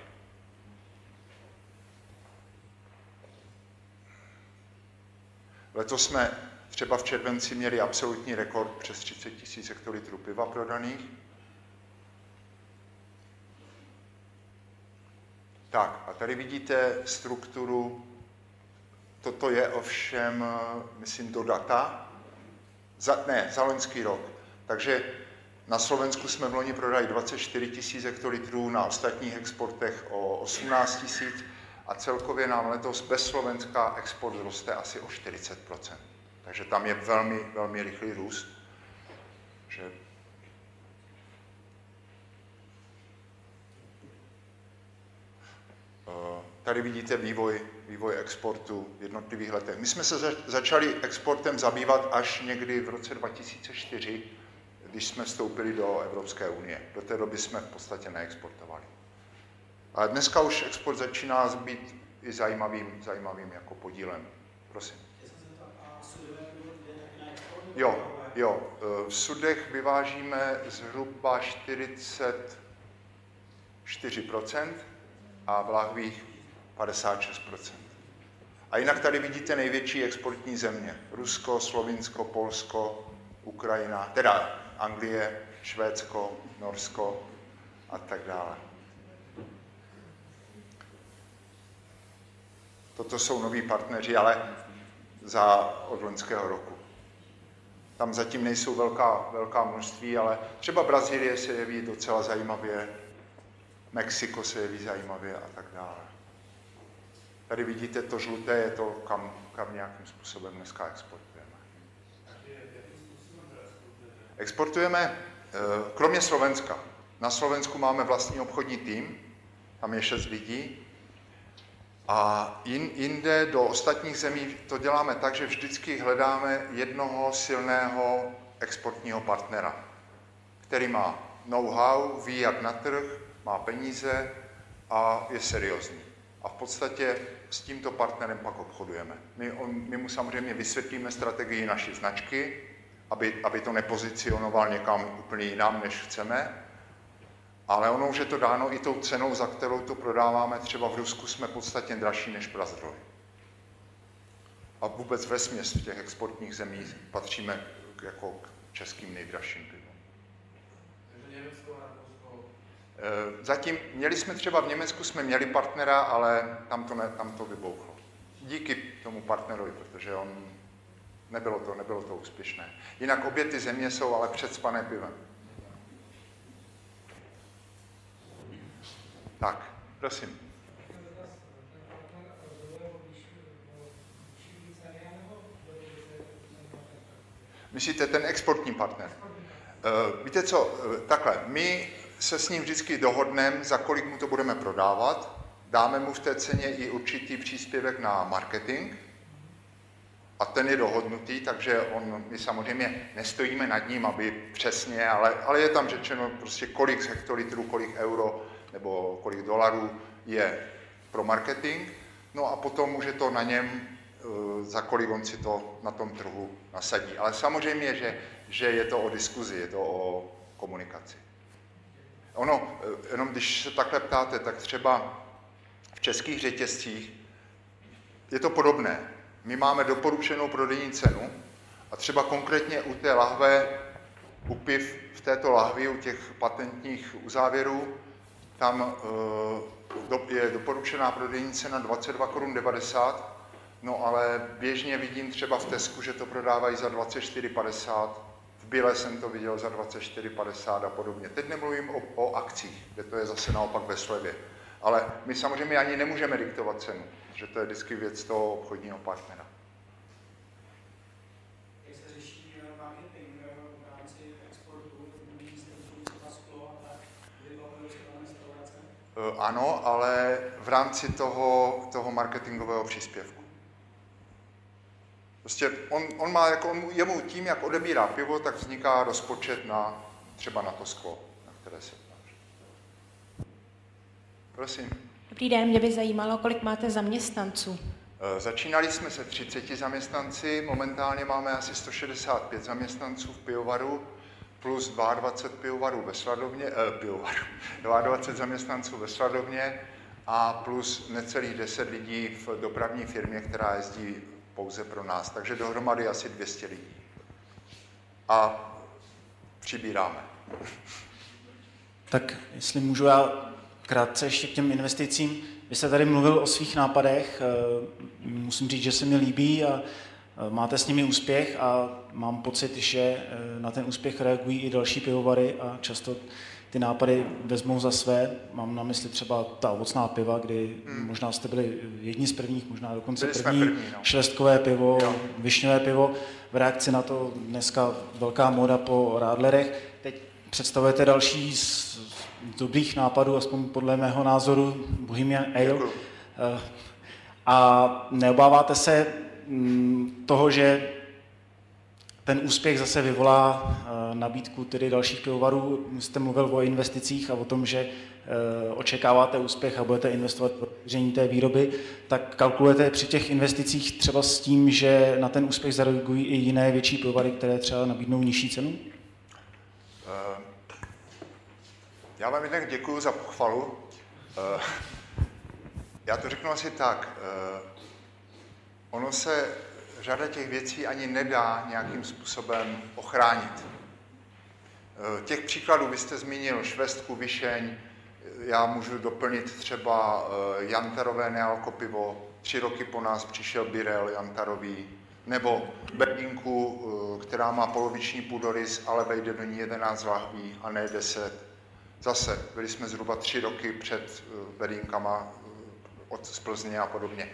Letos jsme třeba v červenci měli absolutní rekord přes 30 000 hektolitrů piva prodaných. Tak, a tady vidíte strukturu. Toto je ovšem, myslím, do data. Za loňský rok. Takže na Slovensku jsme v loni prodali 24 000 hektolitrů, na ostatních exportech o 18 000 a celkově nám letos bez Slovenska export roste asi o 40%. Takže tam je velmi, velmi rychlý růst. Že tady vidíte vývoj exportu v jednotlivých letech. My jsme se začali exportem zabývat až někdy v roce 2004, když jsme vstoupili do Evropské unie. Do té doby jsme v podstatě neexportovali. Ale dneska už export začíná být i zajímavým jako podílem. Prosím. Jo. V sudech vyvážíme zhruba 44% a v lahvích 56%. A jinak tady vidíte největší exportní země. Rusko, Slovinsko, Polsko, Ukrajina, teda Anglie, Švédsko, Norsko a tak dále. Toto jsou noví partneři, ale od loňského roku. Tam zatím nejsou velká množství, ale třeba Brazílie se jeví docela zajímavě, Mexiko se jeví zajímavě a tak dále. Tady vidíte to žluté, je to, kam nějakým způsobem dneska exportujeme. Exportujeme, kromě Slovenska. Na Slovensku máme vlastní obchodní tým, tam je 6 lidí. A jinde do ostatních zemí to děláme tak, že vždycky hledáme jednoho silného exportního partnera, který má know-how, ví jak na trh, má peníze a je seriózní. A v podstatě s tímto partnerem pak obchodujeme. My mu samozřejmě vysvětlíme strategii naší značky, aby to nepozicionoval někam úplně jinam, než chceme, ale ono už je to dáno i tou cenou, za kterou to prodáváme. Třeba v Rusku jsme podstatně dražší než Prazdroj. A vůbec vesměs v těch exportních zemích patříme jako k českým nejdražším pivům. Zatím měli jsme třeba v Německu jsme měli partnera, ale tam to vybouchlo. Díky tomu partnerovi, protože nebylo to úspěšné. Jinak obě ty země jsou ale předspané pivem. Tak, prosím. Myslíte ten exportní partner? Víte co, takhle, my se s ním vždycky dohodneme, za kolik mu to budeme prodávat, dáme mu v té ceně i určitý příspěvek na marketing a ten je dohodnutý, takže my samozřejmě nestojíme nad ním, aby přesně, ale je tam řečeno prostě kolik hektolitrů, kolik euro nebo kolik dolarů je pro marketing, no a potom už je to na něm, za kolik on si to na tom trhu nasadí. Ale samozřejmě, že je to o diskuzi, je to o komunikaci. Ono, jenom když se takhle ptáte, tak třeba v českých řetězcích je to podobné. My máme doporučenou prodejní cenu a třeba konkrétně u té lahve, u piv v této lahvi, u těch patentních uzávěrů, tam je doporučená prodejní cena 22,90 Kč, no ale běžně vidím třeba v Tesku, že to prodávají za 24,50 Kč, v Bile jsem to viděl za 24,50 Kč a podobně. Teď nemluvím o akcích, kde to je zase naopak ve slevě. Ale my samozřejmě ani nemůžeme diktovat cenu, že to je vždycky věc toho obchodního partnera. Jak se řeší marketing v rámci exportu, třeba sklo a tak, kdy bylo restaurace? Ano, ale v rámci toho marketingového příspěvku. Prostě on má, jemu tím, jak odebírá pivo, tak vzniká rozpočet třeba na to sklo, na které se ptáš. Prosím. Dobrý den, mě by zajímalo, kolik máte zaměstnanců. Začínali jsme se 30 zaměstnanci, momentálně máme asi 165 zaměstnanců v pivovaru, plus 22 pivovarů ve Sladovně, 22 zaměstnanců ve Sladovně a plus necelých 10 lidí v dopravní firmě, která jezdí pouze pro nás, takže dohromady asi 200 lidí. A přibíráme. Tak jestli můžu já krátce ještě k těm investicím. Vy jste tady mluvil o svých nápadech, musím říct, že se mi líbí a máte s nimi úspěch a mám pocit, že na ten úspěch reagují i další pivovary a často ty nápady vezmou za své. Mám na mysli třeba ta ovocná piva, kdy možná jste byli jedni z prvních, možná dokonce první šlestkové pivo, višňové pivo. V reakci na to dneska velká móda po rádlerech. Teď představujete další z dobrých nápadů, aspoň podle mého názoru, Bohemian Ale. A neobáváte se toho, že ten úspěch zase vyvolá nabídku tedy dalších pivovarů? Jste mluvil o investicích a o tom, že očekáváte úspěch a budete investovat v rozšíření té výroby, tak kalkulujete při těch investicích třeba s tím, že na ten úspěch zareagují i jiné větší pivovary, které třeba nabídnou nižší cenu? Já vám jednak děkuju za pochvalu. Já to řeknu asi tak. Ono se řada těch věcí ani nedá nějakým způsobem ochránit. Těch příkladů, vy jste zmínil švestku, višeň, já můžu doplnit třeba jantarové nealkopivo, 3 roky po nás přišel Birel jantarový, nebo bedínku, která má poloviční půdorys, ale vejde do ní 11 lahví a ne 10. Zase byli jsme zhruba 3 roky před bedínkama z Plzně a podobně.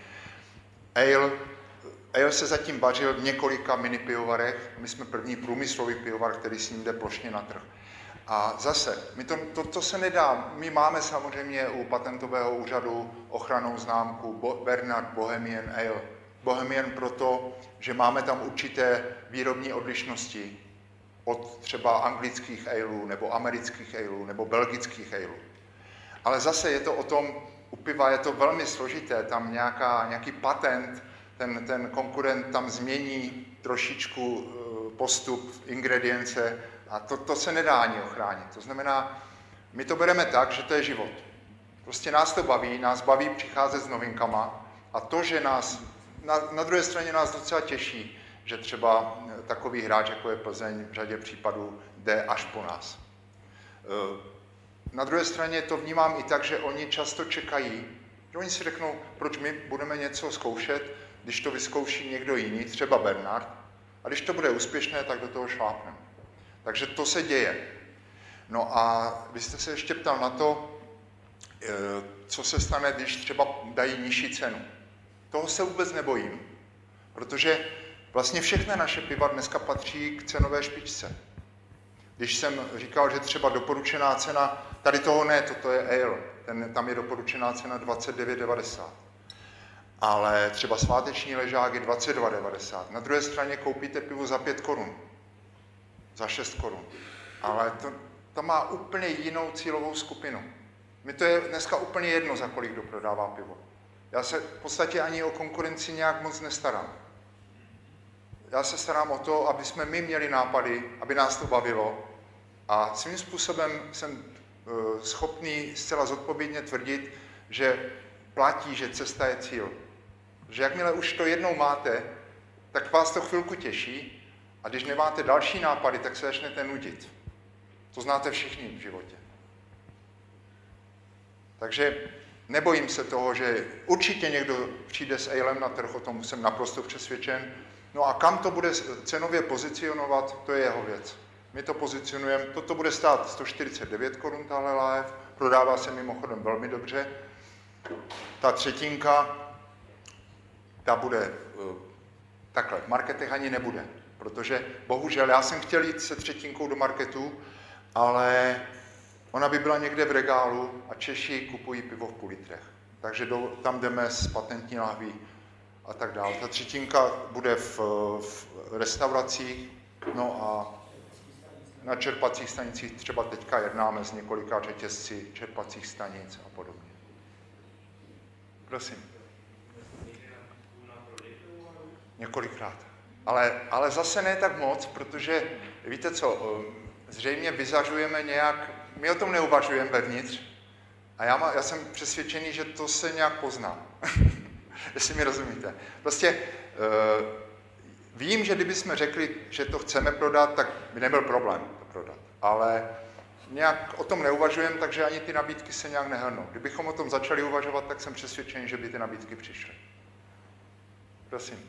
Ale se zatím vařil v několika mini pivovarech. My jsme první průmyslový pivovar, který s ním jde plošně na trh. A zase, to se nedá. My máme samozřejmě u patentového úřadu ochrannou známku Bernard Bohemian Ale. Bohemian proto, že máme tam určité výrobní odlišnosti od třeba anglických aleů, nebo amerických aleů, nebo belgických aleů. Ale zase je to o tom, u piva je to velmi složité, tam nějaký patent, ten konkurent tam změní trošičku postup, ingredience a to se nedá ani ochránit. To znamená, my to bereme tak, že to je život. Prostě nás to baví, nás baví přicházet s novinkama a to, že na druhé straně nás docela těší, že třeba takový hráč, jako je Plzeň, v řadě případů jde až po nás. Na druhé straně to vnímám i tak, že oni často čekají, že oni si řeknou, proč my budeme něco zkoušet, když to vyzkouší někdo jiný, třeba Bernard, a když to bude úspěšné, tak do toho šlápneme. Takže to se děje. No a vy jste se ještě ptal na to, co se stane, když třeba dají nižší cenu. Toho se vůbec nebojím, protože vlastně všechny naše piva dneska patří k cenové špičce. Když jsem říkal, že třeba doporučená cena, tady toho ne, toto je ale, tam je doporučená cena 29,90. Ale třeba sváteční ležák je 22,90. Na druhé straně koupíte pivo za 5 korun, za 6 korun. Ale to má úplně jinou cílovou skupinu. Mi to je dneska úplně jedno, za kolik kdo prodává pivo. Já se v podstatě ani o konkurenci nějak moc nestarám. Já se starám o to, aby jsme my měli nápady, aby nás to bavilo. A svým způsobem jsem schopný zcela zodpovědně tvrdit, že platí, že cesta je cíl. Že jakmile už to jednou máte, tak vás to chvilku těší a když nemáte další nápady, tak se začnete nudit. To znáte všichni v životě. Takže nebojím se toho, že určitě někdo přijde s alem na trh, o tom jsem naprosto přesvědčen. No a kam to bude cenově pozicionovat, to je jeho věc. My to pozicionujeme, toto bude stát 149 korun tahle láhev, prodává se mimochodem velmi dobře. Ta třetinka, ta bude takhle, v marketech ani nebude, protože bohužel já jsem chtěl jít se třetinkou do marketu, ale ona by byla někde v regálu a Češi kupují pivo v půl litrech. Takže tam jdeme s patentní lahví a tak dále. Ta třetinka bude v restauracích, no a na čerpacích stanicích třeba teďka jednáme s několika řetězci čerpacích stanic a podobně. Prosím. Několikrát. Ale zase ne tak moc, protože víte co, zřejmě vyzařujeme nějak, my o tom neuvažujeme vevnitř a já jsem přesvědčený, že to se nějak pozná. Jestli mi rozumíte. Prostě vím, že kdybychom řekli, že to chceme prodat, tak by nebyl problém to prodat. Ale nějak o tom neuvažujeme, takže ani ty nabídky se nějak nehrnou. Kdybychom o tom začali uvažovat, tak jsem přesvědčený, že by ty nabídky přišly. Prosím.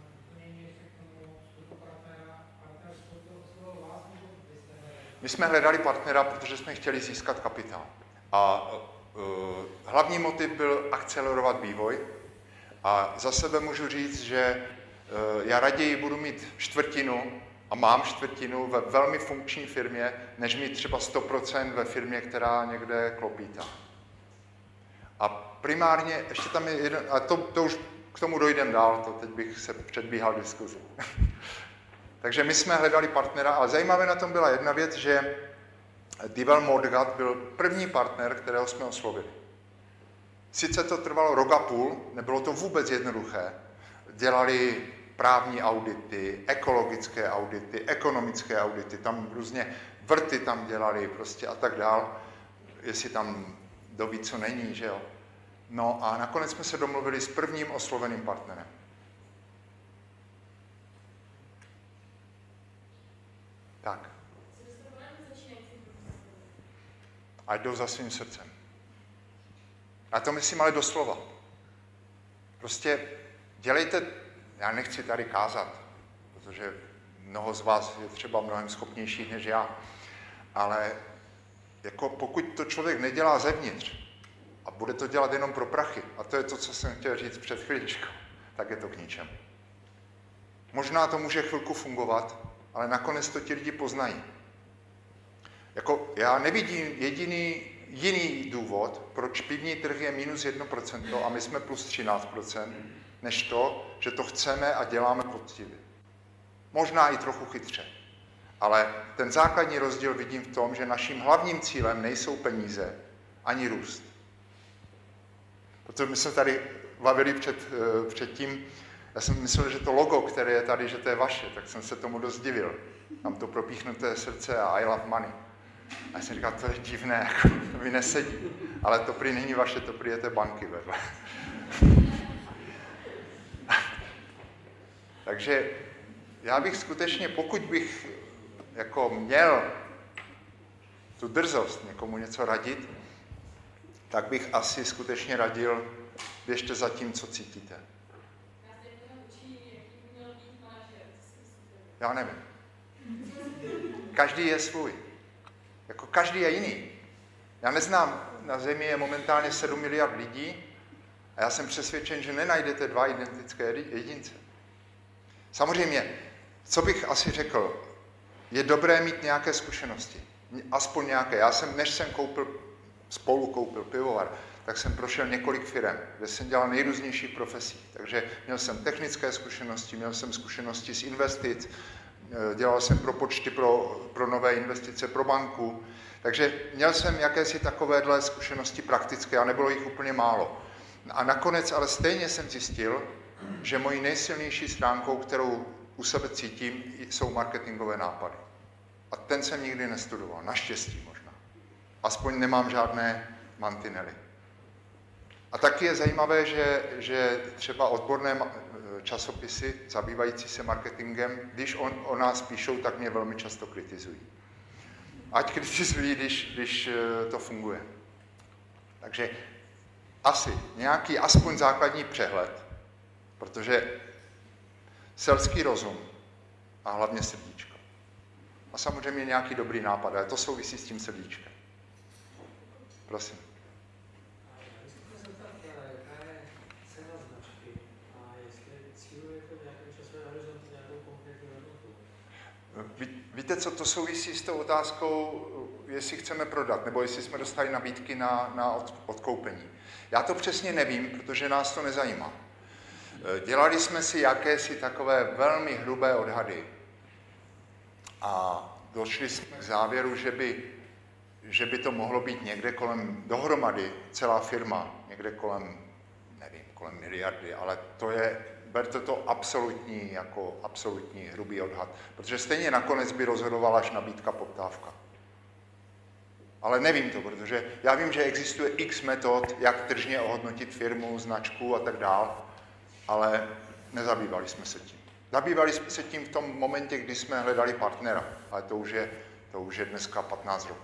My jsme hledali partnera, protože jsme chtěli získat kapitál. A hlavní motiv byl akcelerovat vývoj. A za sebe můžu říct, že já raději budu mít čtvrtinu a mám čtvrtinu ve velmi funkční firmě, než mít třeba 100% ve firmě, která někde klopítá. A primárně, ještě tam je jeden, a to už k tomu dojdem dál, to teď bych se předbíhal diskuzi. Takže my jsme hledali partnera a zajímavé na tom byla jedna věc, že Divel Mordgat byl první partner, kterého jsme oslovili. Sice to trvalo rok a půl, nebylo to vůbec jednoduché. Dělali právní audity, ekologické audity, ekonomické audity, tam různě vrty tam dělali prostě a tak dál, jestli tam doví, co není, že jo. No a nakonec jsme se domluvili s prvním osloveným partnerem. Tak. A jdou za svým srdcem. A to myslím ale doslova. Prostě dělejte, já nechci tady kázat, protože mnoho z vás je třeba mnohem schopnějších než já, ale jako pokud to člověk nedělá zevnitř a bude to dělat jenom pro prachy, a to je to, co jsem chtěl říct před chvíličkou, tak je to k ničemu. Možná to může chvilku fungovat, ale nakonec to ti lidi poznají. Jako já nevidím jiný důvod, proč pivní trh je minus 1% a my jsme plus 13%, než to, že to chceme a děláme poctivě. Možná i trochu chytře. Ale ten základní rozdíl vidím v tom, že naším hlavním cílem nejsou peníze ani růst. Protože my jsme tady bavili předtím, já jsem myslel, že to logo, které je tady, že to je vaše, tak jsem se tomu dost divil. Mám to propíchnuté srdce a I love money. A já jsem říkal, to je divné, jako, to mi nesedí. Ale to prý není vaše, to prý je té banky vedle. Takže já bych skutečně, pokud bych jako měl tu drzost někomu něco radit, tak bych asi skutečně radil, běžte za tím, co cítíte. Já nevím. Každý je svůj. Jako každý je jiný. Já neznám, na Zemi je momentálně 7 miliard lidí a já jsem přesvědčen, že nenajdete dva identické jedince. Samozřejmě, co bych asi řekl, je dobré mít nějaké zkušenosti. Aspoň nějaké. Než jsem spolu koupil pivovar, tak jsem prošel několik firem, kde jsem dělal nejrůznějších profesí. Takže měl jsem technické zkušenosti, měl jsem zkušenosti z investic, dělal jsem propočty pro nové investice pro banku. Takže měl jsem jakési takovéhle zkušenosti praktické a nebylo jich úplně málo. A nakonec ale stejně jsem zjistil, že mojí nejsilnější stránkou, kterou u sebe cítím, jsou marketingové nápady. A ten jsem nikdy nestudoval, naštěstí možná. Aspoň nemám žádné mantinely. A taky je zajímavé, že třeba odborné časopisy zabývající se marketingem, když o nás píšou, tak mě velmi často kritizují. Ať kritizují, když to funguje. Takže asi nějaký aspoň základní přehled, protože selský rozum a hlavně srdíčko. A samozřejmě nějaký dobrý nápad, ale to souvisí s tím srdíčkem. Prosím. Víte co, to souvisí s tou otázkou, jestli chceme prodat, nebo jestli jsme dostali nabídky na odkoupení. Já to přesně nevím, protože nás to nezajímá. Dělali jsme si jakési takové velmi hrubé odhady a došli jsme k závěru, že by to mohlo být někde kolem, dohromady celá firma, někde kolem, nevím, kolem miliardy, ale to je, berte to absolutní hrubý odhad, protože stejně nakonec by rozhodovala až nabídka, poptávka. Ale nevím to, protože já vím, že existuje x metod, jak tržně ohodnotit firmu, značku a tak dál, ale nezabývali jsme se tím. Zabývali jsme se tím v tom momentě, kdy jsme hledali partnera, ale to už je dneska 15 roků.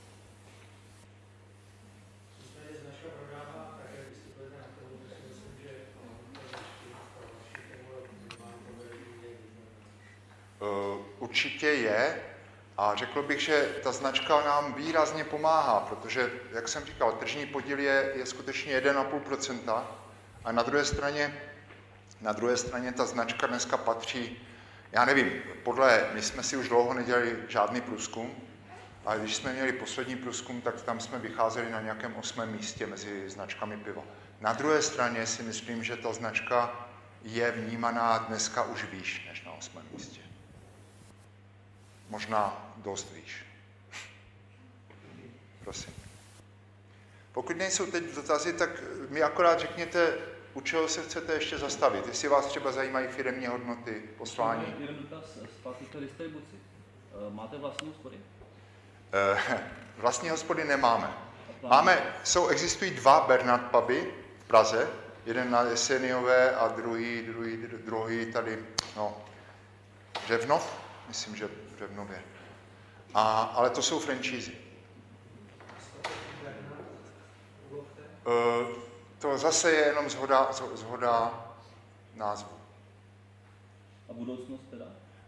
Určitě je a řekl bych, že ta značka nám výrazně pomáhá, protože, jak jsem říkal, tržní podíl je skutečně 1,5% a na druhé straně ta značka dneska patří, já nevím, my jsme si už dlouho nedělali žádný průzkum, ale když jsme měli poslední průzkum, tak tam jsme vycházeli na nějakém 8. místě mezi značkami piva. Na druhé straně si myslím, že ta značka je vnímaná dneska už výš než na 8. místě. Možná dost výš. Prosím. Pokud nejsou teď dotazy, tak mi akorát řekněte, u čeho se chcete ještě zastavit. Jestli vás třeba zajímají firemní hodnoty, poslání. Jeden dotaz zpátky k té distribuci. Máte vlastní hospody? Vlastní hospody nemáme. Existují 2 Bernard puby v Praze, jeden na Jeseniové a druhý tady, Řevnov, myslím, že v Řevnově. Ale to jsou franšízy. To zase je jenom shoda názvu. A budoucnost teda?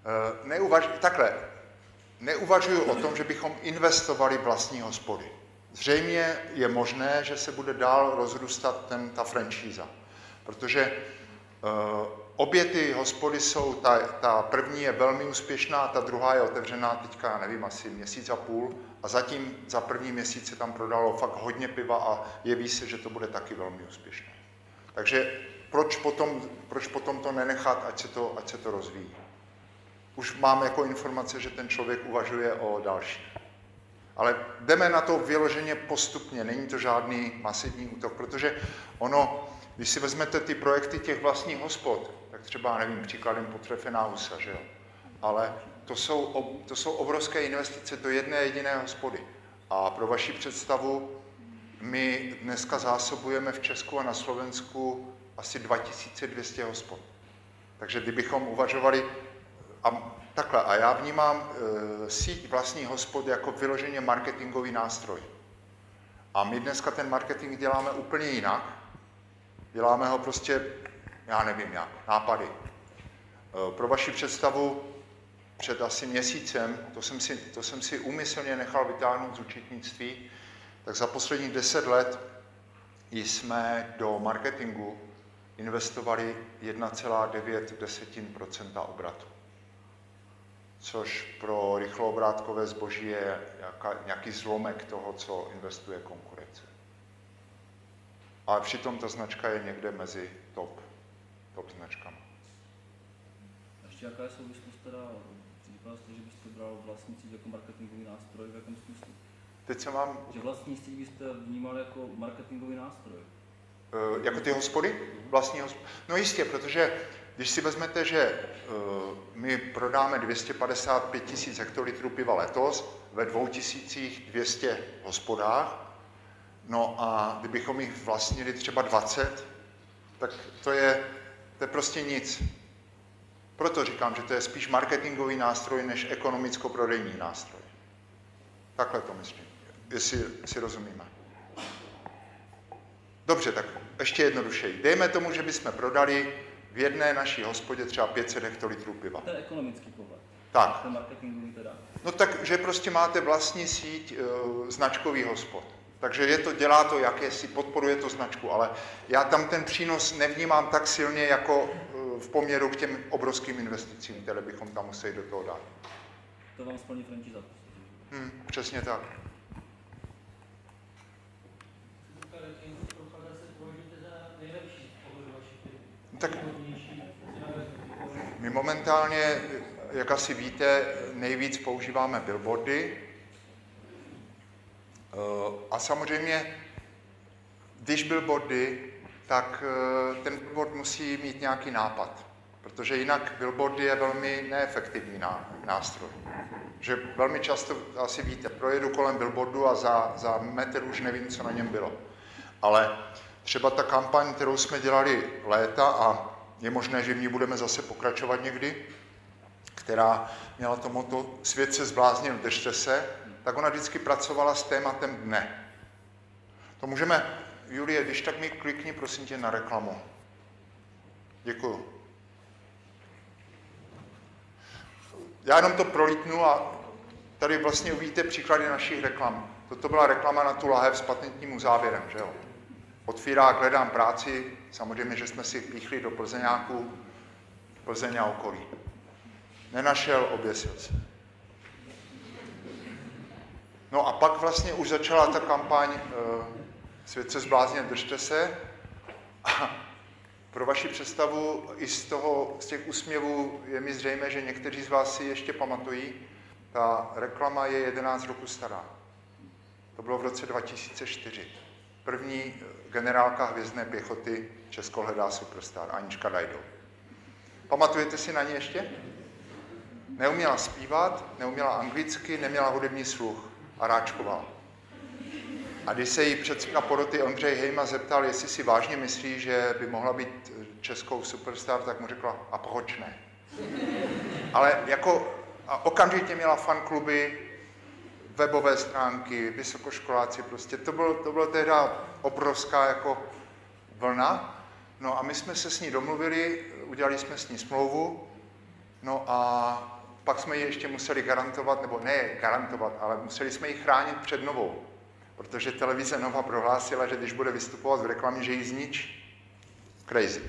Neuvažuji o tom, že bychom investovali vlastní hospody. Zřejmě je možné, že se bude dál rozrůstat ta franšíza, protože obě ty hospody jsou, ta první je velmi úspěšná, ta druhá je otevřená teďka, nevím, asi měsíc a půl a zatím za první měsíc se tam prodalo fakt hodně piva a jeví se, že to bude taky velmi úspěšné. Takže proč potom to nenechat, ať se to rozvíjí. Už mám jako informace, že ten člověk uvažuje o další. Ale jdeme na to vyloženě postupně, není to žádný masivní útok, protože když si vezmete ty projekty těch vlastních hospod, tak třeba, nevím, příkladem Potrefená husa, že jo? Ale to jsou obrovské investice do jedné jediné hospody. A pro vaši představu, my dneska zásobujeme v Česku a na Slovensku asi 2200 hospod. Takže kdybychom uvažovali, a já vnímám síť vlastních hospod jako vyloženě marketingový nástroj. A my dneska ten marketing děláme úplně jinak. Děláme ho prostě, já nevím jak, nápady. Pro vaši představu, před asi měsícem, to jsem si úmyslně nechal vytáhnout z účetnictví, tak za posledních 10 let jsme do marketingu investovali 1,9% obratu. což pro rychloobrátkové zboží je nějaký zlomek toho, co investuje konkurence. Ale přitom ta značka je někde mezi top značkama. Ještě jaká je souvislost teda, říkal jste, že byste bral vlastní síť jako marketingový nástroj, v jakém smyslu? Teď se mám... Že vlastní síť byste vnímal jako marketingový nástroj? Jako ty hospody? Vlastní hospody? No jistě, protože když si vezmete, že my prodáme 255 000 hektolitrů piva letos ve 2200 hospodách, no a kdybychom jich vlastnili třeba 20, tak to je prostě nic. Proto říkám, že to je spíš marketingový nástroj než ekonomicko-prodejní nástroj. Takhle to myslím, jestli si rozumíme. Dobře, tak ještě jednodušeji. Dejme tomu, že bychom prodali v jedné naší hospodě třeba 500 hektolitrů piva. To je ekonomický pohled. Tak. Ten marketingový teda. No tak, že prostě máte vlastní síť značkový hospod. Takže dělá to jakési, podporuje to značku, ale já tam ten přínos nevnímám tak silně jako v poměru k těm obrovským investicím, které bychom tam museli do toho dát. To vám splní franšíza. Přesně tak. Tak my momentálně, jak asi víte, nejvíc používáme billboardy. A samozřejmě, když billboardy, tak ten billboard musí mít nějaký nápad, protože jinak billboardy je velmi neefektivní nástroj. Že velmi často, asi víte, projedu kolem billboardu a za metr už nevím, co na něm bylo. Ale třeba ta kampaň, kterou jsme dělali léta a je možné, že v ní budeme zase pokračovat někdy, která měla to motto Svět se zbláznil, držte se, tak ona vždycky pracovala s tématem dne. To můžeme, Julie, když tak mi klikni, prosím tě, na reklamu. Děkuju. Já jenom to prolítnu a tady vlastně uvidíte příklady našich reklam. Toto byla reklama na tu lahev s patentním uzávěrem, že jo? Otvírák, hledám práci, samozřejmě, že jsme si píchli do Plzeňáku, Plzeň a okolí. Nenašel, oběsil se. No a pak vlastně už začala ta kampaň Svět se zbláznil, držte se. A pro vaši představu i z těch úsměvů je mi zřejmé, že někteří z vás si ještě pamatují. Ta reklama je 11 roku stará. To bylo v roce 2004. První generálka hvězdné pěchoty Česko hledá superstar, Anička Dajdou. Pamatujete si na ní ještě? Neuměla zpívat, neuměla anglicky, neměla hudební sluch a ráčkovala. A když se jí předseda poroty Ondřej Hejma zeptal, jestli si vážně myslí, že by mohla být českou superstar, tak mu řekla, a proč ne? Ale a okamžitě měla fankluby, webové stránky, vysokoškoláci, prostě to bylo tehda obrovská jako vlna. No a my jsme se s ní domluvili, udělali jsme s ní smlouvu, no a pak jsme ji ještě museli garantovat, nebo ne garantovat, ale museli jsme ji chránit před Novou, protože televize Nova prohlásila, že když bude vystupovat v reklamě, že ji zničí. Crazy.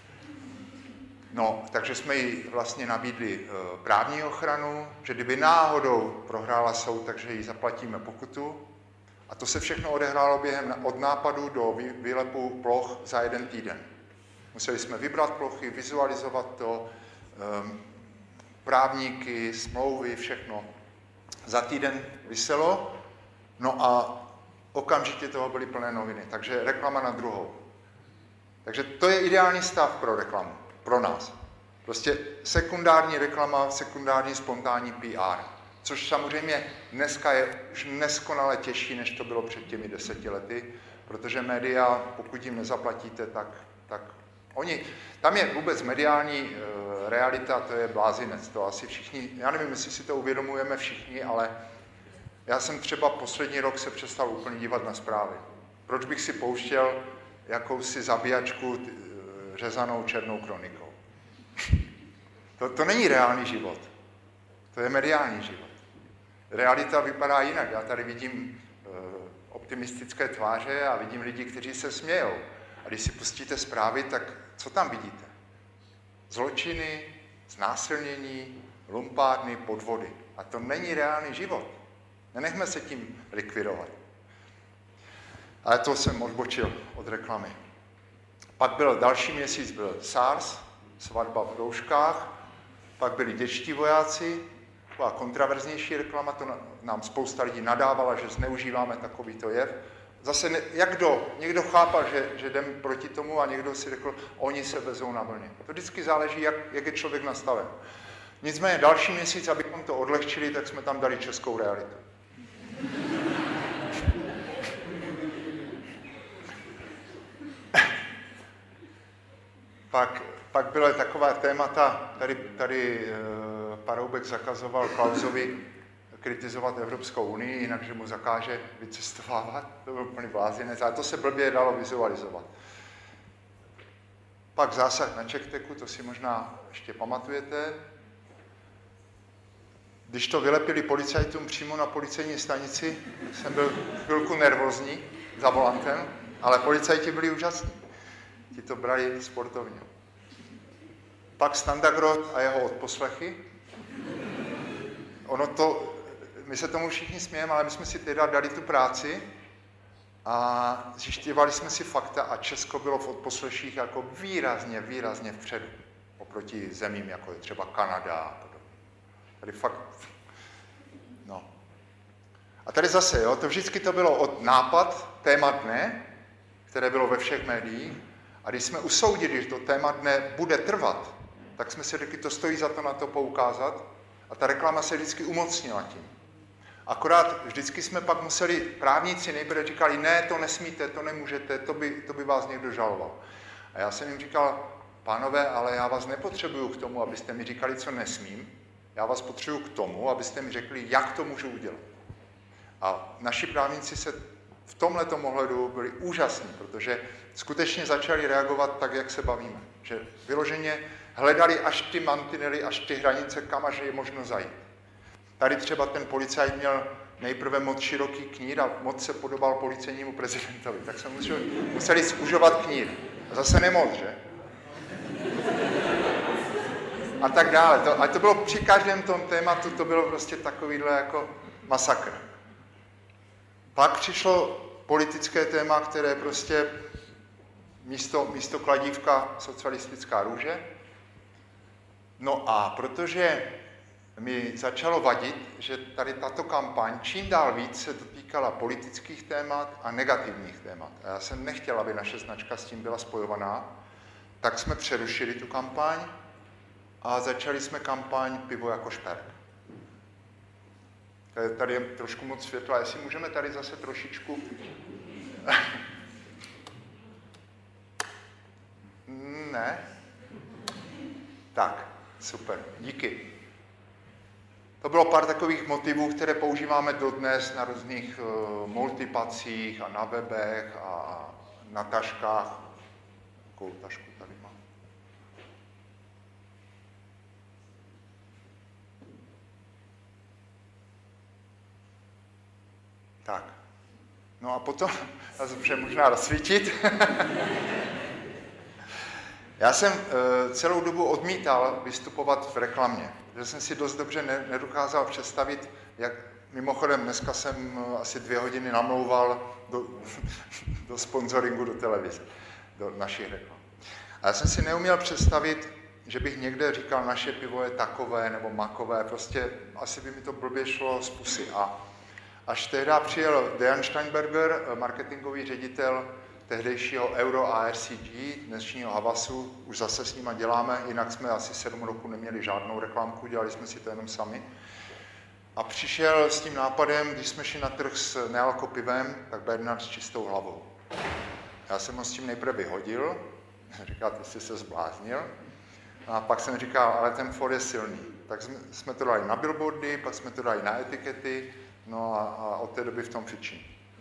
No, takže jsme jí vlastně nabídli právní ochranu, že kdyby náhodou prohrála soud, takže jí zaplatíme pokutu. A to se všechno odehrálo od nápadu do výlepu ploch za 1 týden. Museli jsme vybrat plochy, vizualizovat to, právníky, smlouvy, všechno. Za týden viselo, no a okamžitě toho byly plné noviny, takže reklama na druhou. Takže to je ideální stav pro reklamu, pro nás. Prostě sekundární reklama, sekundární spontánní PR, což samozřejmě dneska je už neskonale těžší, než to bylo před těmi 10 lety, protože média, pokud jim nezaplatíte, tak tam je vůbec mediální realita, to je blázinec, to asi všichni, já nevím, jestli si to uvědomujeme všichni, ale já jsem třeba poslední rok se přestal úplně dívat na zprávy. Proč bych si pouštěl jakousi zabíjačku řezanou černou kronikou? To není reálný život, to je mediální život. Realita vypadá jinak, já tady vidím optimistické tváře a vidím lidi, kteří se smějou. A když si pustíte zprávy, tak co tam vidíte? Zločiny, znásilnění, lumpárny, podvody. A to není reálný život. Nenechme se tím likvidovat. Ale to jsem odbočil od reklamy. Pak byl další měsíc, byl SARS, svatba v rouškách, pak byli dětští vojáci, taková kontraverznější reklama, to nám spousta lidí nadávala, že zneužíváme takovýto jev. Zase někdo chápal, že jdem proti tomu a někdo si řekl, oni se vezou na vlně. To vždycky záleží, jak je člověk nastaven. Nicméně další měsíc, abychom to odlehčili, tak jsme tam dali českou realitu. Pak byla taková témata, tady Paroubek zakazoval Klausovi kritizovat Evropskou unii, jinak, že mu zakáže vycestovávat. To byl úplný blázinec, ale to se blbě dalo vizualizovat. Pak zásah na CzechTechu, to si možná ještě pamatujete. Když to vylepili policajtům přímo na policejní stanici, jsem byl chvilku nervózní za volantem, ale policajti byli úžasní. Ti to brali sportovně. Pak Standa Groth a jeho odposlechy. My se tomu všichni smějeme, ale my jsme si teda dali tu práci a zjišťovali jsme si fakta a Česko bylo v odposleších jako výrazně vpředu oproti zemím, jako je třeba Kanada a podobně. Tady fakt, no. A tady zase, jo, to vždycky to bylo od nápad, téma dne, které bylo ve všech médiích, a když jsme usoudili, že to téma dne bude trvat, tak jsme si řekli, to stojí za to na to poukázat a ta reklama se vždycky umocnila tím. Akorát vždycky jsme pak museli, právníci nejprve říkali, ne, to nesmíte, to nemůžete, to by vás někdo žaloval. A já jsem jim říkal, pánové, ale já vás nepotřebuju k tomu, abyste mi říkali, co nesmím, já vás potřebuju k tomu, abyste mi řekli, jak to můžu udělat. A naši právníci se v tomhletom ohledu byli úžasní, protože skutečně začali reagovat tak, jak se bavíme. Že vyloženě hledali až ty mantinely, až ty hranice, kam až je možno zajít. Tady třeba ten policajt měl nejprve moc široký knír a moc se podobal policejnímu prezidentovi, tak jsme museli zúžovat knír. A zase nemoc, že? A tak dále. A to bylo při každém tom tématu, to bylo prostě takovýhle jako masakr. Pak přišlo politické téma, které prostě místo kladívka socialistická růže. No a protože mi začalo vadit, že tady tato kampaň čím dál víc se dotýkala politických témat a negativních témat. A já jsem nechtěl, aby naše značka s tím byla spojovaná, tak jsme přerušili tu kampaň a začali jsme kampaň Pivo jako šperk. Tady je trošku moc světla, jestli můžeme tady zase trošičku... Ne? Tak, super, díky. To bylo pár takových motivů, které používáme dodnes na různých multipacích a na webech a na taškách. Takovou tašku tady mám. Tak. No a potom, já se můžu možná rozsvítit. Já jsem celou dobu odmítal vystupovat v reklamě, že jsem si dost dobře nedokázal představit, jak mimochodem dneska jsem asi 2 hodiny namlouval do sponsoringu do televize, do našich reklam. A já jsem si neuměl představit, že bych někde říkal, naše pivo je takové nebo makové, prostě asi by mi to blbě šlo z pusy. A až tehdy přijel Dejan Steinberger, marketingový ředitel tehdejšího Euro ARCG, dnešního Havasu, už zase s nima děláme, jinak jsme asi 7 roků neměli žádnou reklamku, dělali jsme si to jenom sami. A přišel s tím nápadem, když jsme šli na trh s nealkopivem, tak Bernard s čistou hlavou. Já jsem ho s tím nejprve vyhodil, říkal, ty jsi se zbláznil. A pak jsem říkal, ale ten Ford je silný. Tak jsme to dali na billboardy, pak jsme to dali na etikety, no a od té doby v tom fičím.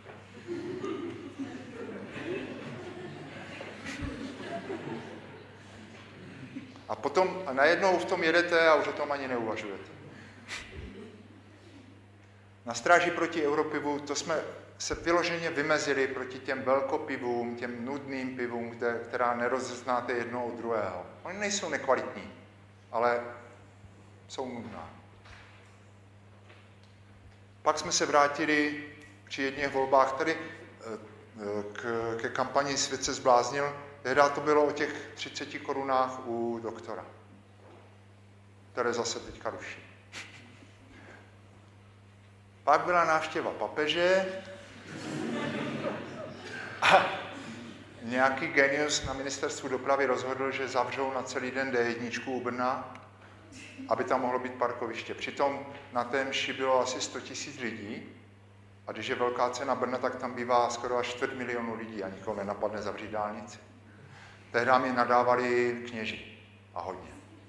A potom najednou v tom jedete a už o tom ani neuvažujete. Na stráži proti Europivu to jsme se vyloženě vymezili proti těm velkopivům, těm nudným pivům, která nerozeznáte jedno od druhého. Oni nejsou nekvalitní, ale jsou nudná. Pak jsme se vrátili při jedných volbách tady ke kampani Svět se zbláznil. Tehdy to bylo o těch 30 korunách u doktora, které zase teďka ruší. Pak byla návštěva papeže a nějaký genius na ministerstvu dopravy rozhodl, že zavřou na celý den D1 u Brna, aby tam mohlo být parkoviště. Přitom na té mši bylo asi 100 000 lidí a když je velká cena Brna, tak tam bývá skoro až 250 000 lidí a nikoho nenapadne zavřít dálnici. Tehdy mi nadávali kněži a hodně.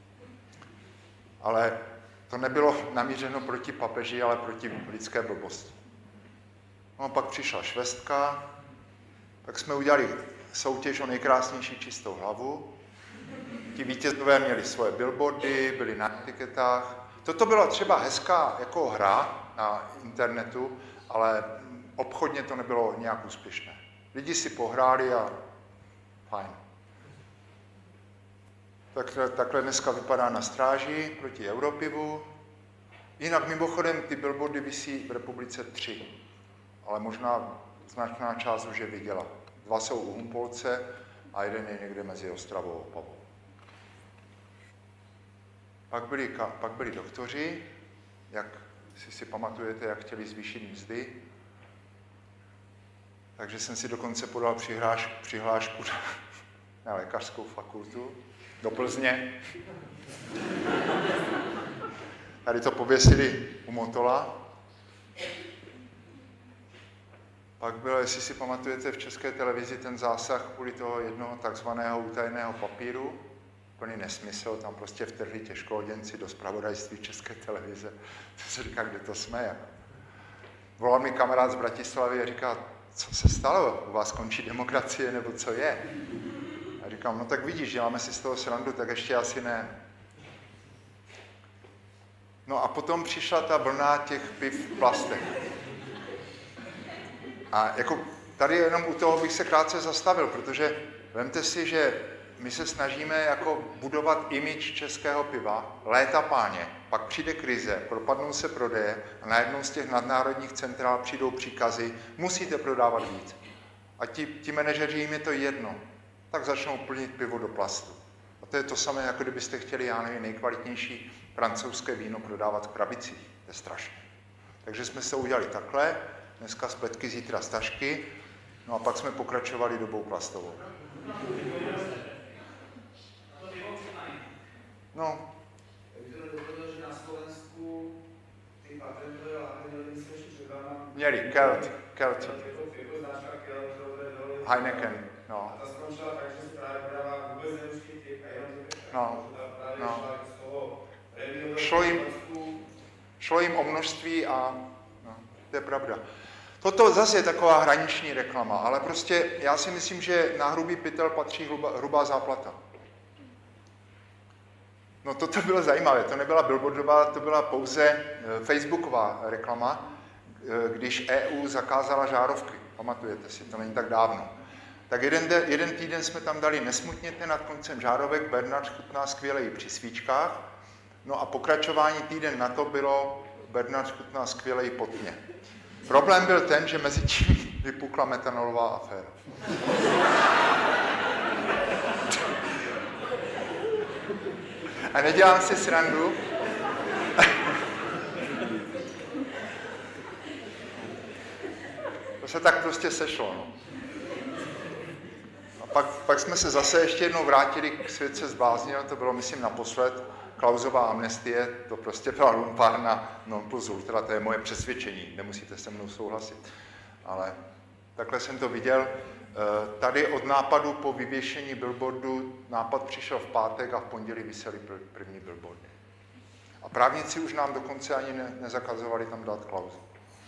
Ale to nebylo namířeno proti papeži, ale proti lidské blbosti. No a pak přišla švestka, tak jsme udělali soutěž o nejkrásnější čistou hlavu. Ti vítězové měli svoje billboardy, byli na etiketách. Toto byla třeba hezká jako hra na internetu, ale obchodně to nebylo nějak úspěšné. Lidi si pohráli a fajn. Takhle dneska vypadá na stráži proti Europivu. Jinak mimochodem ty billboardy visí v republice 3, ale možná značná část už je viděla. 2 jsou u Humpolce a jeden je někde mezi Ostravou a Opavou. Pak byli doktoři, jak si pamatujete, jak chtěli zvýšit mzdy. Takže jsem si dokonce podal přihlášku na lékařskou fakultu do Plzně. Tady to pověsili u Motola. Pak byl, jestli si pamatujete, v České televizi ten zásah kvůli toho jednoho takzvaného utajeného papíru. Plný nesmysl, tam prostě vtrhli těžkohoděnci do zpravodajství České televize. To se říká, kde to jsme. Volal mi kamarád z Bratislavy a říká, co se stalo? U vás končí demokracie, nebo co je? A říkám, no tak vidíš, děláme si z toho srandu, tak ještě asi ne. No a potom přišla ta vlna těch piv v plastech. A jako tady jenom u toho bych se krátce zastavil, protože vemte si, že my se snažíme jako budovat image českého piva, léta páně, pak přijde krize, propadnou se prodeje a najednou z těch nadnárodních centrál přijdou příkazy, musíte prodávat víc. A ti manažeři, jim je to jedno, tak začnou plnit pivo do plastu. A to je to samé, jako kdybyste chtěli, já nevím, nejkvalitnější francouzské víno prodávat v krabicích. To je strašné. Takže jsme se udělali takhle, dneska spletky, zítra stažky, no a pak jsme pokračovali dobou plastovou. No. Takže na Slovensku ty patentové láhve měly dneska ještě předána... Měli, Kelt. Jako značka Kelt, Heineken, no. A ta skončila tak, že se právě prodává vůbec neruský typ a jenom ty peška. No. Z toho šlo jim o množství a no, to je pravda. Toto zase je taková hraniční reklama, ale prostě já si myslím, že na hrubý pytel patří hrubá záplata. No toto bylo zajímavé, to nebyla billboardová, to byla pouze facebooková reklama, když EU zakázala žárovky. Pamatujete si, to není tak dávno. Tak jeden týden jsme tam dali nesmutněte nad koncem žárovek, Bernard chutná skvěleji při svíčkách, no a pokračování týden na to bylo Bernard chutná skvěleji pod mě. Problém byl ten, že mezi tím vypukla metanolová aféra. A nedělám si srandu. To se tak prostě sešlo. No. A pak jsme se zase ještě jednou vrátili k Svět se zbláznil, to bylo, myslím, naposled. Klausová amnestie, to prostě byla lumpárna non plus ultra, to je moje přesvědčení, nemusíte se mnou souhlasit. Ale takhle jsem to viděl. Tady od nápadu po vyvěšení billboardu nápad přišel v pátek a v pondělí visely první billboardy. A právníci už nám dokonce ani nezakazovali tam dát Klausu.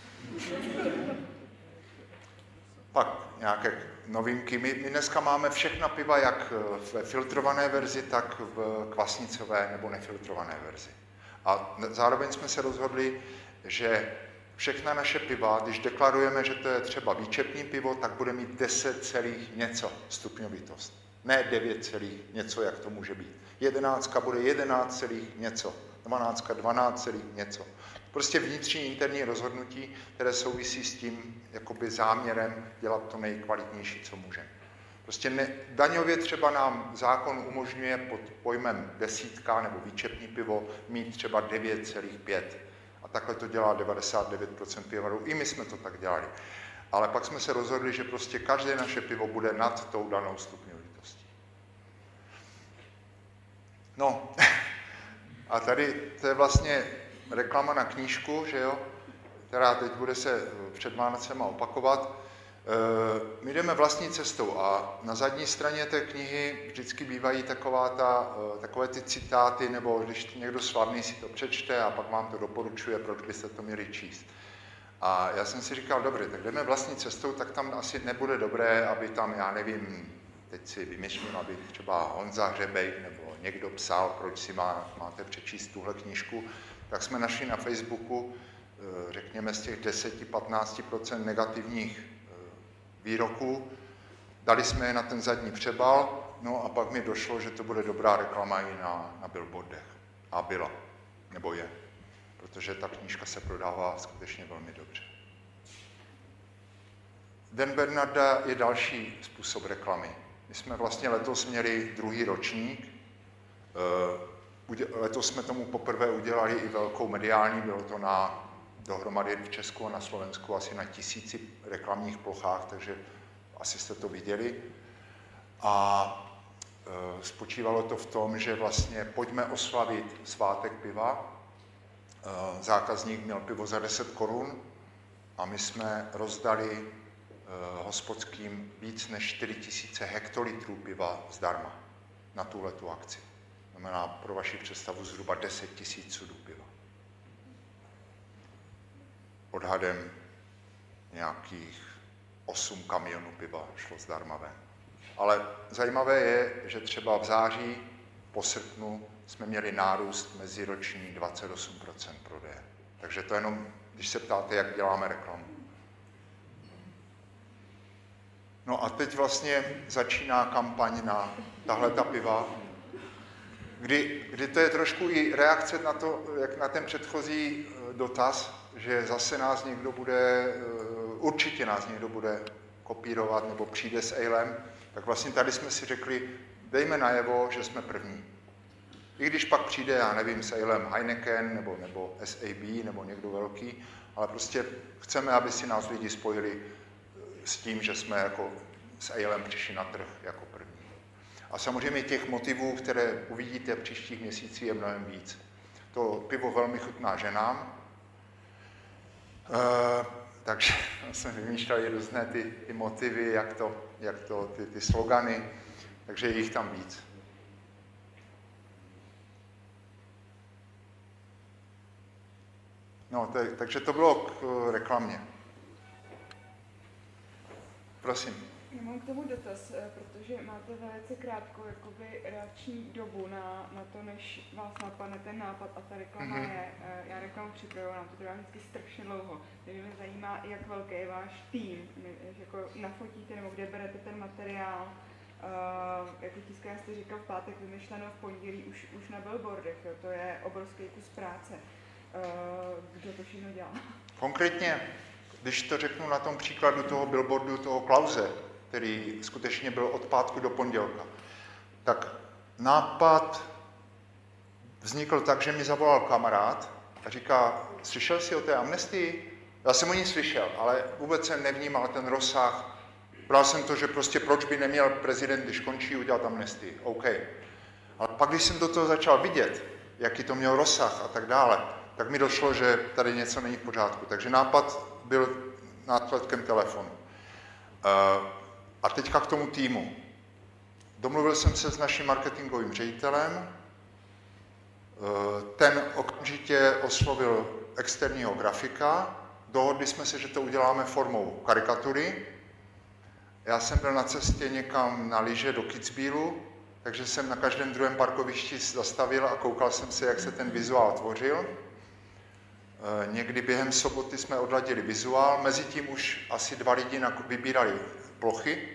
Pak nějaké novinky. My dneska máme všechna piva jak ve filtrované verzi, tak v kvasnicové nebo nefiltrované verzi. A zároveň jsme se rozhodli, že všechna naše piva, když deklarujeme, že to je třeba výčepní pivo, tak bude mít 10 celých něco stupňovitost. Ne 9 celých něco, jak to může být. 11 bude 11 celých něco. 12 něco. Prostě vnitřní interní rozhodnutí, které souvisí s tím jakoby záměrem dělat to nejkvalitnější, co můžeme. Prostě daňově třeba nám zákon umožňuje pod pojmem desítka nebo výčepní pivo mít třeba 9,5. A takhle to dělá 99% pivovarů. I my jsme to tak dělali. Ale pak jsme se rozhodli, že prostě každé naše pivo bude nad tou danou stupňovitostí. No, a tady to je vlastně reklama na knížku, že jo, která teď bude se před Vánocema opakovat. My jdeme vlastní cestou a na zadní straně té knihy vždycky bývají takové ty citáty, nebo když někdo slavný si to přečte a pak vám to doporučuje, proč byste to měli číst. A já jsem si říkal, dobře, tak jdeme vlastní cestou, tak tam asi nebude dobré, aby tam, já nevím, teď si vymyslím, aby třeba Honza Hřebejk nebo někdo psal, proč si máte přečíst tuhle knížku. Tak jsme našli na Facebooku, řekněme z těch 10-15% negativních výroků, dali jsme je na ten zadní přebal, no a pak mi došlo, že to bude dobrá reklama i na billboardech. A byla, nebo je, protože ta knížka se prodává skutečně velmi dobře. Den Bernarda je další způsob reklamy. My jsme vlastně letos měli 2. ročník, letos jsme tomu poprvé udělali i velkou mediální, bylo to dohromady v Česku a na Slovensku asi na 1000 reklamních plochách, takže asi jste to viděli. A spočívalo to v tom, že vlastně pojďme oslavit svátek piva. Zákazník měl pivo za 10 korun a my jsme rozdali hospodským víc než 4000 hektolitrů piva zdarma na tuhletu akci. Znamená pro vaši představu zhruba 10 000 sudů piva. Odhadem nějakých 8 kamionů piva šlo zdarma ven. Ale zajímavé je, že třeba v září po srpnu jsme měli nárůst meziroční 28% prodeje. Takže to jenom, když se ptáte, jak děláme reklamu. No a teď vlastně začíná kampaň na tahleta piva, kdy to je trošku i reakce na to, jak na ten předchozí dotaz, že zase nás někdo bude, určitě nás někdo bude kopírovat nebo přijde s ale, tak vlastně tady jsme si řekli, dejme najevo, že jsme první. I když pak přijde, já nevím, s alem Heineken nebo SAB nebo někdo velký, ale prostě chceme, aby si nás lidi spojili s tím, že jsme jako s alem přišli na trh jako první. A samozřejmě těch motivů, které uvidíte v příštích měsících, je mnohem víc. To pivo velmi chutná ženám, takže jsem vymýšlel různé ty motivy, ty slogany, takže je jich tam víc. No, takže to bylo k reklamě. Prosím. Já mám k tomu dotaz, protože máte velice krátkou jakoby reakční dobu na to, než vás napadne ten nápad a ta reklama je, já reklamu připravuju, nám to trvá vždycky strašně dlouho, takže mě zajímá, jak velký je váš tým, že jako nafotíte nebo kde berete ten materiál, jako tiskárna jste říkal v pátek, vymyšleno v pondělí už na billboardech, jo, to je obrovský kus práce. Kdo to všechno dělá? Konkrétně, když to řeknu na tom příkladu toho billboardu, toho Klause, který skutečně byl od pátku do pondělka, tak nápad vznikl tak, že mi zavolal kamarád a říká, slyšel jsi o té amnestii? Já jsem o ní slyšel, ale vůbec jsem nevnímal ten rozsah. Bral jsem to, že prostě proč by neměl prezident, když končí, udělat amnestii. OK. Ale pak, když jsem do toho začal vidět, jaký to měl rozsah a tak dále, tak mi došlo, že tady něco není v pořádku. Takže nápad byl následkem telefonu. A teďka k tomu týmu. Domluvil jsem se s naším marketingovým ředitelem, ten okamžitě oslovil externího grafika, dohodli jsme se, že to uděláme formou karikatury. Já jsem byl na cestě někam na lyže do Kitzbühelu, takže jsem na každém druhém parkovišti zastavil a koukal jsem se, jak se ten vizuál tvořil. Někdy během soboty jsme odladili vizuál, mezitím už asi 2 lidi vybírali plochy.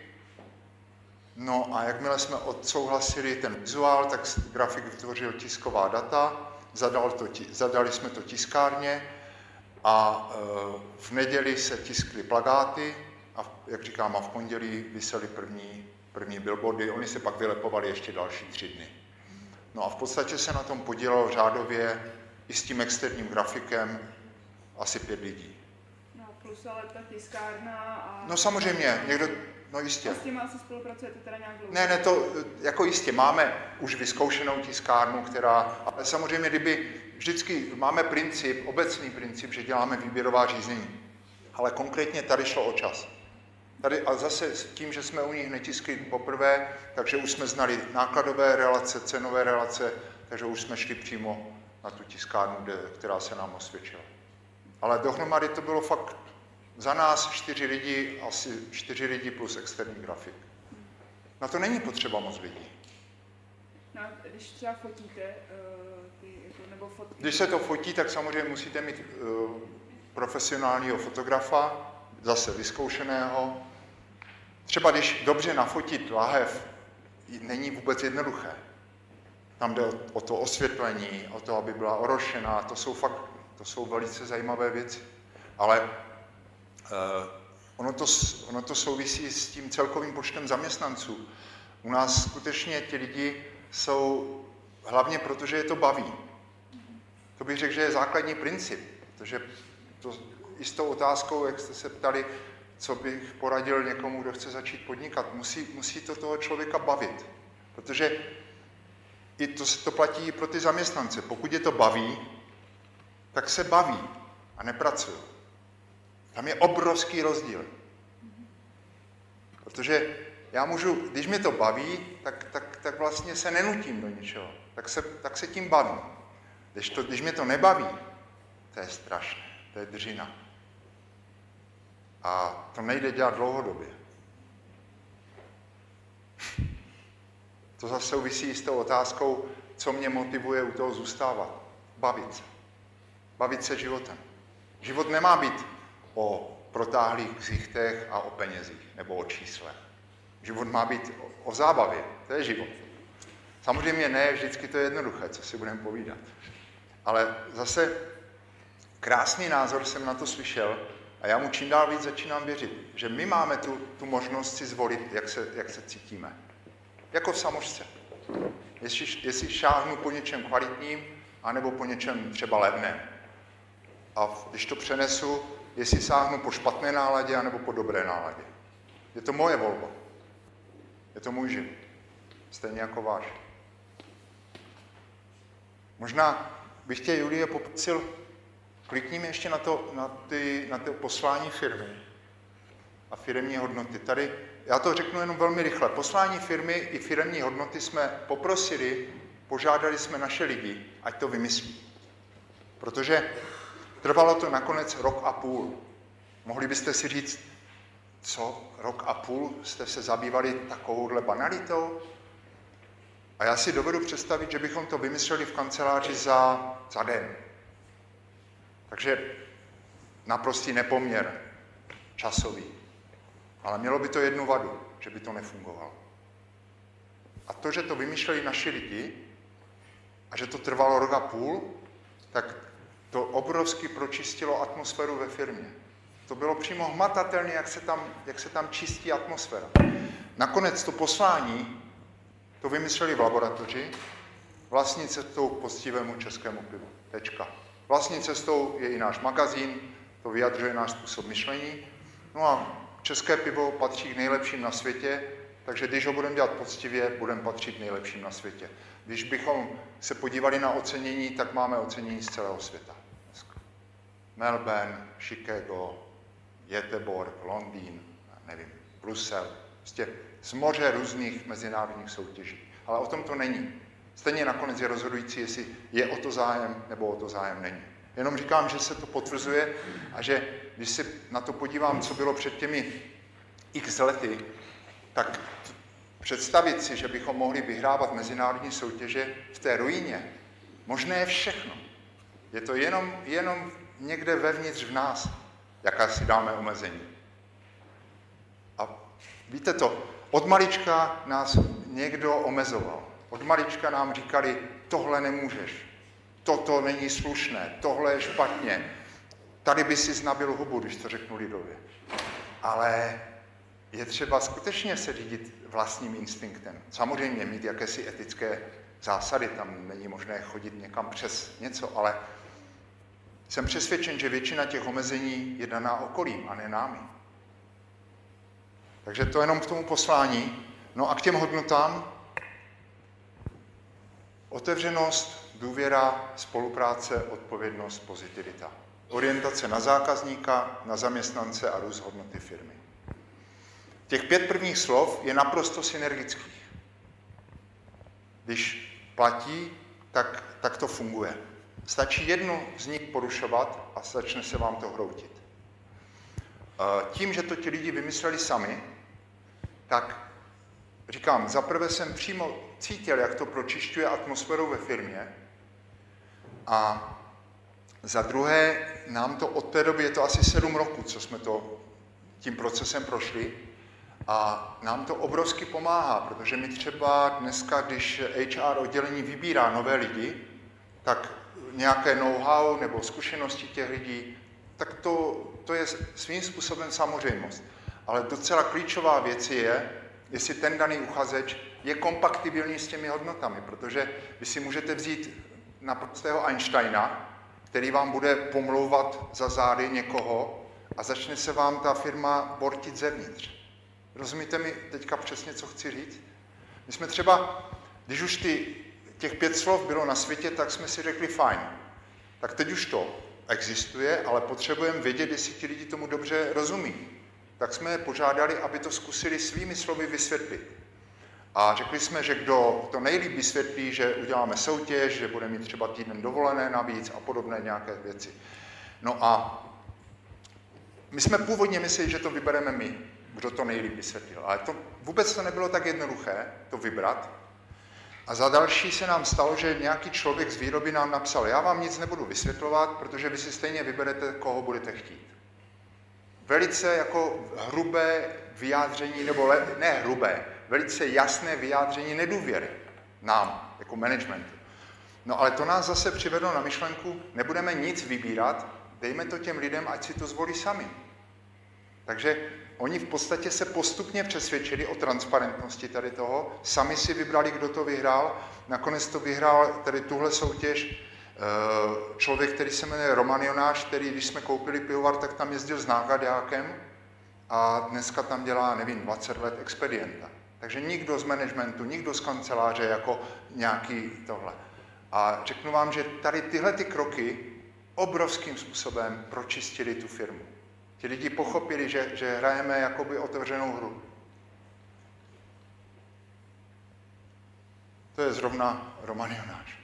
No a jakmile jsme odsouhlasili ten vizuál, tak grafik vytvořil tisková data, zadali jsme to tiskárně a v neděli se tiskly plakáty a jak říkám, a v pondělí visely první billboardy, oni se pak vylepovali ještě další 3 dny. No a v podstatě se na tom podílelo řádově i s tím externím grafikem asi 5 lidí. No plus ale ta tiskárna a... No samozřejmě, no jistě. A s tím asi spolupracujete teda nějak dlouho? Ne, to jako jistě, máme už vyzkoušenou tiskárnu, ale samozřejmě, vždycky máme obecný princip, že děláme výběrová řízení, ale konkrétně tady šlo o čas. A zase s tím, že jsme u nich netiskli poprvé, takže už jsme znali nákladové relace, cenové relace, takže už jsme šli přímo na tu tiskárnu, která se nám osvědčila. Ale dohromady to bylo fakt za nás 4 lidi, asi 4 lidi plus externí grafik. Na to není potřeba moc lidí. No, když třeba fotíte, nebo fotky... Když se to fotí, tak samozřejmě musíte mít profesionálního fotografa, zase vyzkoušeného. Třeba když dobře nafotit lahev, není vůbec jednoduché. Tam jde o to osvětlení, o to, aby byla orošená, to jsou velice zajímavé věci. Ale ono to souvisí s tím celkovým počtem zaměstnanců. U nás skutečně ti lidi jsou hlavně proto, že je to baví. To bych řekl, že je základní princip, protože i s tou otázkou, jak jste se ptali, co bych poradil někomu, kdo chce začít podnikat, musí to toho člověka bavit. Protože i to platí i pro ty zaměstnance. Pokud je to baví, tak se baví a nepracují. Tam je obrovský rozdíl. Protože já můžu, když mě to baví, tak vlastně se nenutím do ničeho. Tak se tím bavím. Když mě to nebaví, to je strašné, to je dřina. A to nejde dělat dlouhodobě. To zase souvisí s tou otázkou, co mě motivuje u toho zůstávat. Bavit se. Bavit se životem. Život nemá být o protáhlých ksichtech a o penězích nebo o číslech. Život má být o zábavě. To je život. Samozřejmě ne, vždycky to je jednoduché, co si budeme povídat. Ale zase krásný názor jsem na to slyšel a já mu čím dál víc začínám věřit, že my máme tu možnost si zvolit, jak se cítíme. Jako v samošce. Jestli šáhnu po něčem kvalitním, anebo po něčem třeba levném. A když to přenesu, jestli sáhnu po špatné náladě, anebo po dobré náladě. Je to moje volba. Je to můj život. Stejně jako váš. Možná bych tě, Julie, poprosil, klikněme ještě na to poslání firmy a firemní hodnoty. Tady, já to řeknu jenom velmi rychle. Poslání firmy i firemní hodnoty jsme požádali jsme naše lidi, ať to vymyslí. Protože trvalo to nakonec 1,5 roku. Mohli byste si říct, co, 1,5 roku jste se zabývali takovouhle banalitou? A já si dovedu představit, že bychom to vymysleli v kanceláři za den. Takže naprostý nepoměr časový. Ale mělo by to jednu vadu, že by to nefungovalo. A to, že to vymýšleli naši lidi a že to trvalo 1,5 roku, tak to obrovsky pročistilo atmosféru ve firmě. To bylo přímo hmatatelné, jak se tam čistí atmosféra. Nakonec to poslání to vymysleli v laboratoři, vlastní cestou k poctivému českému pivu. Tečka. Vlastní cestou je i náš magazín, to vyjadřuje náš způsob myšlení. No a české pivo patří k nejlepším na světě, takže když ho budeme dělat poctivě, budeme patřit k nejlepším na světě. Když bychom se podívali na ocenění, tak máme ocenění z celého světa. Melbourne, Chicago, Göteborg, Londýn, nevím, Brusel, prostě z moře různých mezinárodních soutěží. Ale o tom to není. Stejně nakonec je rozhodující, jestli je o to zájem, nebo o to zájem není. Jenom říkám, že se to potvrzuje a že když se na to podívám, co bylo před těmi x lety, tak představit si, že bychom mohli vyhrávat mezinárodní soutěže v té ruině, možné je všechno. Je to jenom někde vevnitř v nás, jaká si dáme omezení. A víte to, od malička nás někdo omezoval. Od malička nám říkali, tohle nemůžeš. toto není slušné, tohle je špatně, tady by si znabil hubu, když to řeknu lidově. Ale je třeba skutečně se řídit vlastním instinktem. Samozřejmě mít jakési etické zásady, tam není možné chodit někam přes něco, ale jsem přesvědčen, že většina těch omezení je daná okolím a ne námi. Takže to jenom k tomu poslání. No a k těm hodnotám. Otevřenost, důvěra, spolupráce, odpovědnost, pozitivita. Orientace na zákazníka, na zaměstnance a růst hodnoty firmy. Těch 5 prvních slov je naprosto synergických. Když platí, tak to funguje. Stačí jednu z nich porušovat a začne se vám to hroutit. Tím, že to ti lidi vymysleli sami, tak říkám, zaprvé jsem přímo cítil, jak to pročišťuje atmosféru ve firmě a za druhé nám to od té doby, je to asi 7 roků, co jsme tím procesem prošli a nám to obrovsky pomáhá, protože my třeba dneska, když HR oddělení vybírá nové lidi, tak nějaké know-how nebo zkušenosti těch lidí, tak to je svým způsobem samozřejmost. Ale docela klíčová věc je, jestli ten daný uchazeč je kompatibilní s těmi hodnotami, protože vy si můžete vzít naprostého Einsteina, který vám bude pomlouvat za zády někoho a začne se vám ta firma bortit zevnitř. Rozumíte mi teďka přesně, co chci říct? My jsme třeba, když už těch 5 slov bylo na světě, tak jsme si řekli fajn. Tak teď už to existuje, ale potřebujeme vědět, jestli ti lidi tomu dobře rozumí. Tak jsme je požádali, aby to zkusili svými slovy vysvětlit. A řekli jsme, že kdo to nejlíp vysvětlí, že uděláme soutěž, že bude mít třeba týden dovolené navíc a podobné nějaké věci. No a my jsme původně mysleli, že to vybereme my, kdo to nejlíp vysvětlil. Ale vůbec to nebylo tak jednoduché, to vybrat. A za další se nám stalo, že nějaký člověk z výroby nám napsal, já vám nic nebudu vysvětlovat, protože vy si stejně vyberete, koho budete chtít. Velice jako hrubé vyjádření, nebo ne hrubé, velice jasné vyjádření nedůvěry nám, jako managementu. No ale to nás zase přivedlo na myšlenku, nebudeme nic vybírat, dejme to těm lidem, ať si to zvolí sami. Takže oni v podstatě se postupně přesvědčili o transparentnosti tady toho, sami si vybrali, kdo to vyhrál, nakonec to vyhrál tady tuhle soutěž člověk, který se jmenuje Roman Jonáš, který, když jsme koupili pivovar, tak tam jezdil s nákladákem a dneska tam dělá, nevím, 20 let expedienta. Takže nikdo z managementu, nikdo z kanceláře jako nějaký tohle. A řeknu vám, že tady tyhle ty kroky obrovským způsobem pročistili tu firmu. Ti lidi pochopili, že hrajeme jakoby otevřenou hru. To je zrovna Roman Jonáš.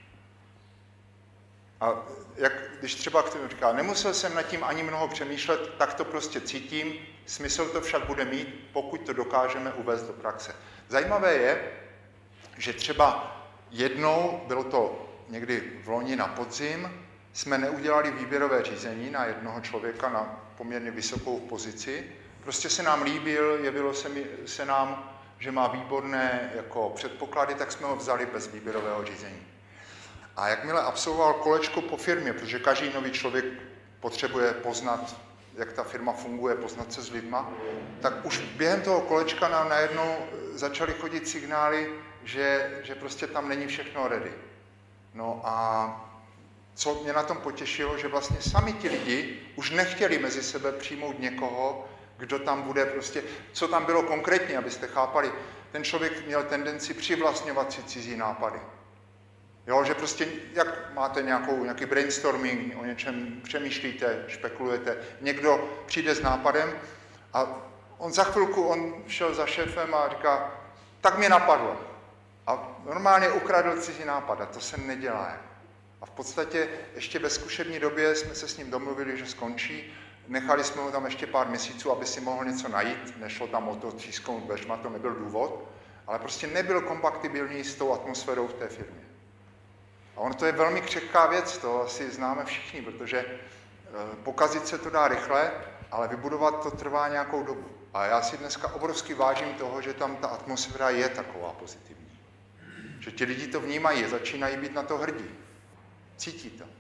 A když třeba k tomu říká, nemusel jsem nad tím ani mnoho přemýšlet, tak to prostě cítím, smysl to však bude mít, pokud to dokážeme uvést do praxe. Zajímavé je, že třeba jednou, bylo to někdy v loni na podzim, jsme neudělali výběrové řízení na jednoho člověka na poměrně vysokou pozici. Prostě se nám líbil, jevilo se nám, že má výborné jako předpoklady, tak jsme ho vzali bez výběrového řízení. A jakmile absolvoval kolečko po firmě, protože každý nový člověk potřebuje poznat, jak ta firma funguje, poznat se s lidma, tak už během toho kolečka nám najednou začaly chodit signály, že prostě tam není všechno ready. No a co mě na tom potěšilo, že vlastně sami ti lidi už nechtěli mezi sebe přijmout někoho, kdo tam bude prostě, co tam bylo konkrétně, abyste chápali. Ten člověk měl tendenci přivlastňovat si cizí nápady. Jo, že prostě, jak máte nějaký brainstorming, o něčem přemýšlíte, špekulujete, někdo přijde s nápadem a za chvilku on šel za šéfem a říká, tak mě napadlo. A normálně ukradl cizí nápad a to se nedělá. A v podstatě ještě ve zkušební době jsme se s ním domluvili, že skončí. Nechali jsme ho tam ještě pár měsíců, aby si mohl něco najít. Nešlo tam o to třísknout dveřma, to nebyl důvod. Ale prostě nebyl kompatibilní s tou atmosférou v té firmě. A ono to je velmi křehká věc, to asi známe všichni, protože pokazit se to dá rychle, ale vybudovat to trvá nějakou dobu. A já si dneska obrovsky vážím toho, že tam ta atmosféra je taková pozitivní. Že ti lidi to vnímají, začínají být na to hrdí. Cítí to.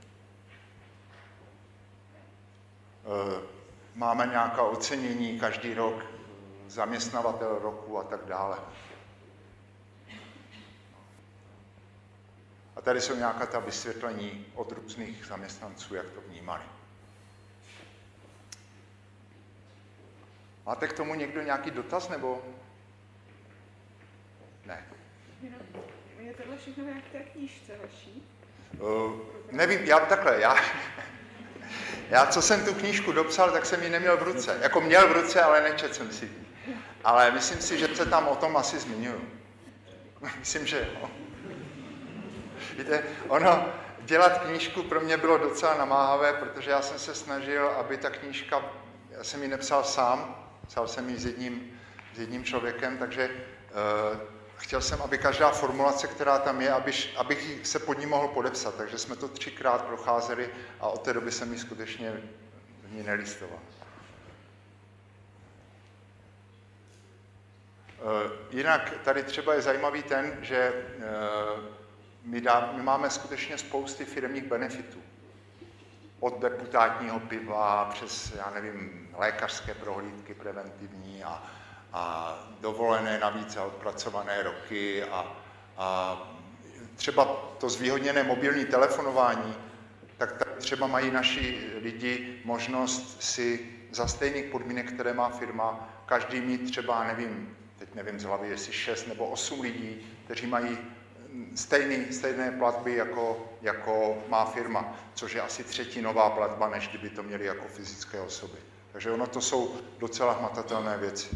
Máme nějaká ocenění každý rok, zaměstnavatel roku a tak dále. A tady jsou nějaká ta vysvětlení od různých zaměstnanců, jak to vnímali. Máte k tomu někdo nějaký dotaz, nebo? Ne. Je tohle všechno jak v té knížce vaší? Nevím, já co jsem tu knížku dopsal, tak jsem ji neměl v ruce. Jako měl v ruce, ale nečetl jsem si ji. Ale myslím si, že se tam o tom asi zmiňuju. Myslím, že jo. Víte, dělat knížku pro mě bylo docela namáhavé, protože já jsem se snažil, aby ta knížka, já jsem ji nepsal sám, psal jsem ji s jedním člověkem, takže chtěl jsem, aby každá formulace, která tam je, abych se pod ní mohl podepsat, takže jsme to 3krát procházeli a od té doby jsem ji skutečně v ní nelistoval. Jinak tady třeba je zajímavý ten, že my máme skutečně spousty firemních benefitů. Od deputátního piva přes, já nevím, lékařské prohlídky preventivní a dovolené navíc a odpracované roky a třeba to zvýhodněné mobilní telefonování, tak třeba mají naši lidi možnost si za stejných podmínek, které má firma, každý mít třeba, teď nevím z hlavy, jestli 6 nebo 8 lidí, kteří mají stejné platby, jako má firma, což je asi 3. platba, než kdyby to měli jako fyzické osoby. Takže ono to jsou docela hmatatelné věci.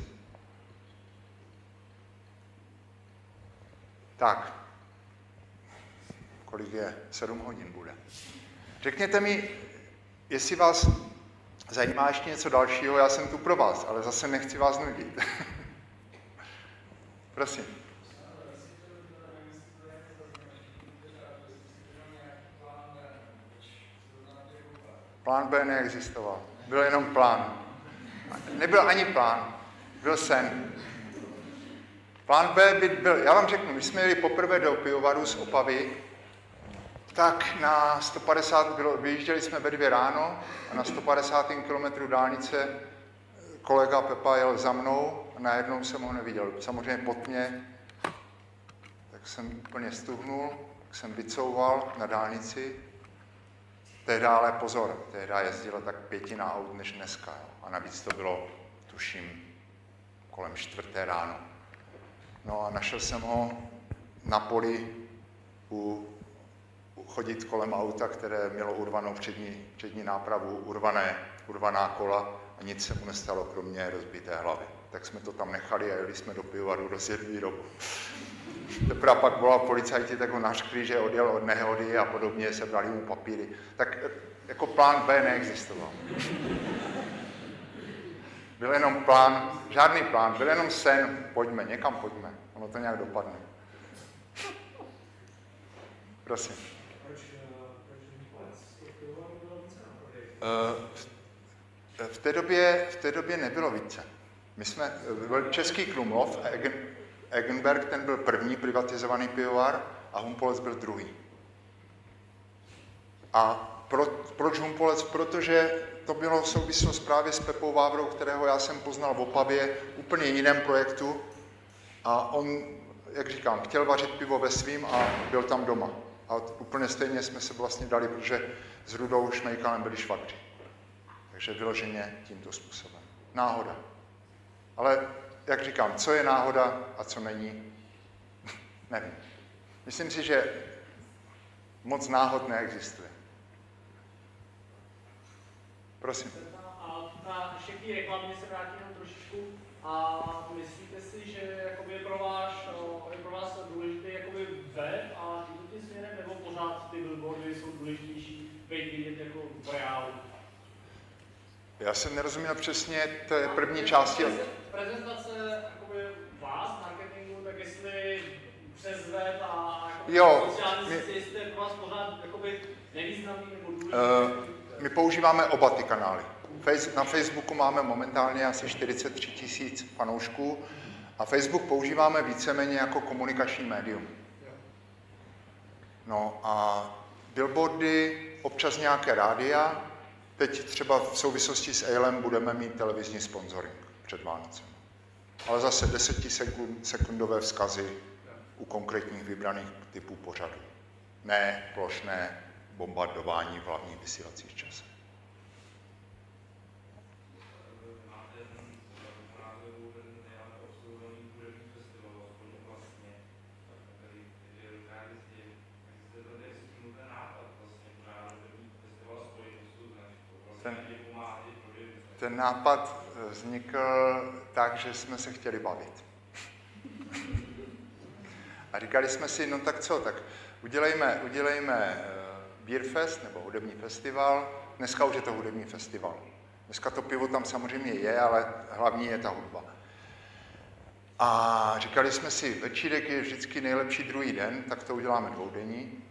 Tak, kolik je? 7 hodin bude. Řekněte mi, jestli vás zajímá ještě něco dalšího, já jsem tu pro vás, ale zase nechci vás nudit. Prosím. Plán B neexistoval. Byl jenom plán. Nebyl ani plán. Byl sen. Plán B by byl, já vám řeknu, my jsme jeli poprvé do pivovaru z Opavy, tak na 150, vyjížděli jsme ve 2 ráno a na 150. kilometru dálnice kolega Pepa jel za mnou a najednou jsem ho neviděl. Samozřejmě pod mě, tak jsem úplně stuhnul, tak jsem vycouval na dálnici. Tehdy ale pozor, tehdy jezdila tak 5 aut než dneska. Jo. A navíc to bylo, tuším, kolem 4. ráno. No a našel jsem ho na poli chodit kolem auta, které mělo urvanou přední nápravu, urvaná kola a nic se mu nestalo, kromě rozbité hlavy. Tak jsme to tam nechali a jeli jsme do pivovaru rozjet výrobu. Teprve pak volal policajti, tak ho nařkli, že odjel od nehody a podobně, sebrali mu papíry. Tak jako plán B neexistoval. Byl jenom plán, žádný plán, byl jenom sen, pojďme, někam pojďme, ono to nějak dopadne. Prosím. V té době nebylo více. Byl český Krumlov, Eggenberg, ten byl první privatizovaný pivovar a Humpolec byl druhý. A proč Humpolec? Protože to bylo v souvislosti právě s Pepou Vávrou, kterého já jsem poznal v Opavě, úplně jiném projektu. A on, jak říkám, chtěl vařit pivo ve svým a byl tam doma. A úplně stejně jsme se vlastně dali, protože s Rudou Šmejkalem byli švagři. Takže vyloženě tímto způsobem. Náhoda. Ale, jak říkám, co je náhoda a co není, nevím. Myslím si, že moc náhod neexistuje. Prosím. A na všechny reklamě se vrátím jenom trošičku. A myslíte si, že je pro vás důležitý web a tím směrem, nebo pořád ty billboardy jsou důležitější být vidět jako v reálu? Já jsem nerozuměl přesně té první části. Prezentace vás, marketingu, tak jestli přes web a sociální sítě, jestli je pro vás pořád nevýznamný nebo důležitý? My používáme oba ty kanály. Na Facebooku máme momentálně asi 43 000 fanoušků a Facebook používáme víceméně jako komunikační médium. No a billboardy, občas nějaké rádia. Teď třeba v souvislosti s AILem budeme mít televizní sponsoring před Vánocem. Ale zase 10sekundové vzkazy u konkrétních vybraných typů pořadů. Ne plošné bombardování v hlavních vysílacích časech. Ten nápad vznikl tak, že jsme se chtěli bavit. A říkali jsme si, no tak co, tak udělejme Beer Fest nebo hudební festival. Dneska už je to hudební festival. Dneska to pivo tam samozřejmě je, ale hlavní je ta hudba. A říkali jsme si, večírek je vždycky nejlepší druhý den, tak to uděláme dvoudenní.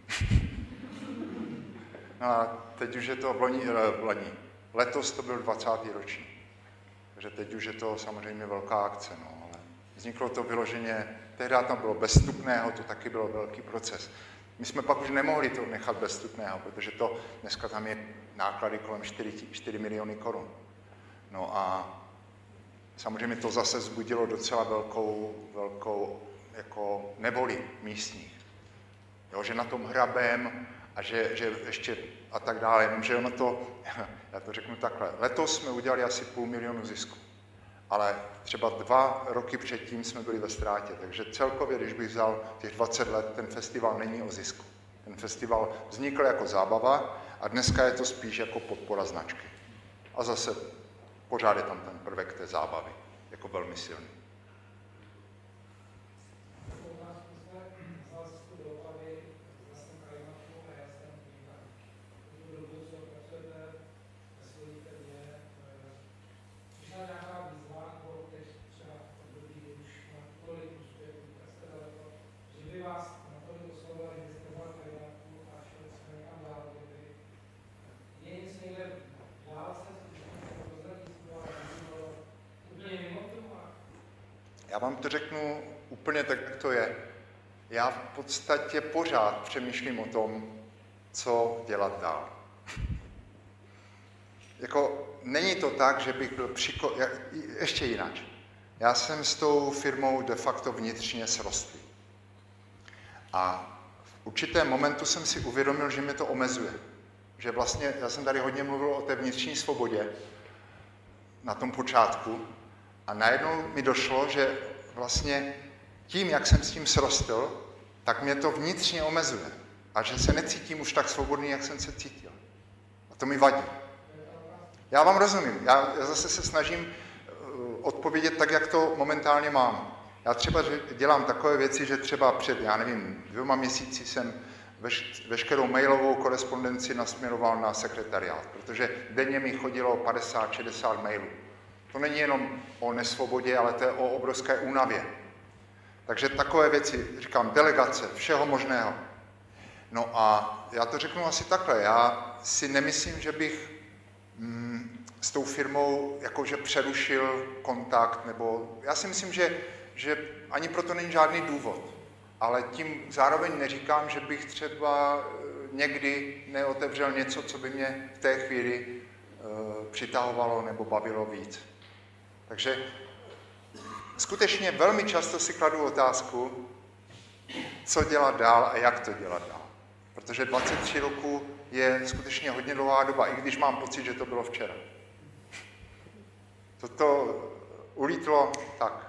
No a teď už je to letos to byl 20. ročník. Takže teď už je to samozřejmě velká akce, no, ale vzniklo to vyloženě, tehdy tam bylo bez vstupného, to taky byl velký proces. My jsme pak už nemohli to nechat bez vstupného, protože to dneska tam je náklady kolem 4 miliony korun. No a samozřejmě to zase vzbudilo docela velkou jako nevoli místních. Jo, že na tom hrabem a že ještě a tak dále, jenomže ono to, já to řeknu takhle, letos jsme udělali asi 500 000 zisku, ale třeba 2 roky předtím jsme byli ve ztrátě, takže celkově, když bych vzal těch 20 let, ten festival není o zisku. Ten festival vznikl jako zábava a dneska je to spíš jako podpora značky. A zase pořád je tam ten prvek té zábavy, jako velmi silný. Já vám to řeknu úplně tak, jak to je. Já v podstatě pořád přemýšlím o tom, co dělat dál. Jako, není to tak, že bych byl ještě jinak. Já jsem s tou firmou de facto vnitřně srostlý. A v určitém momentu jsem si uvědomil, že mě to omezuje. Že vlastně, já jsem tady hodně mluvil o té vnitřní svobodě na tom počátku, a najednou mi došlo, že vlastně tím, jak jsem s tím srostl, tak mě to vnitřně omezuje. A že se necítím už tak svobodný, jak jsem se cítil. A to mi vadí. Já vám rozumím. Já zase se snažím odpovědět tak, jak to momentálně mám. Já třeba dělám takové věci, že třeba před, 2 měsíci jsem veškerou mailovou korespondenci nasměroval na sekretariát, protože denně mi chodilo 50-60 mailů. To není jenom o nesvobodě, ale to je o obrovské únavě. Takže takové věci, říkám, delegace, všeho možného. No a já to řeknu asi takhle. Já si nemyslím, že bych s tou firmou jakože přerušil kontakt, nebo já si myslím, že ani proto není žádný důvod. Ale tím zároveň neříkám, že bych třeba někdy neotevřel něco, co by mě v té chvíli přitahovalo nebo bavilo víc. Takže skutečně velmi často si kladu otázku, co dělat dál a jak to dělat dál. Protože 23 roků je skutečně hodně dlouhá doba, i když mám pocit, že to bylo včera. Toto ulítlo tak.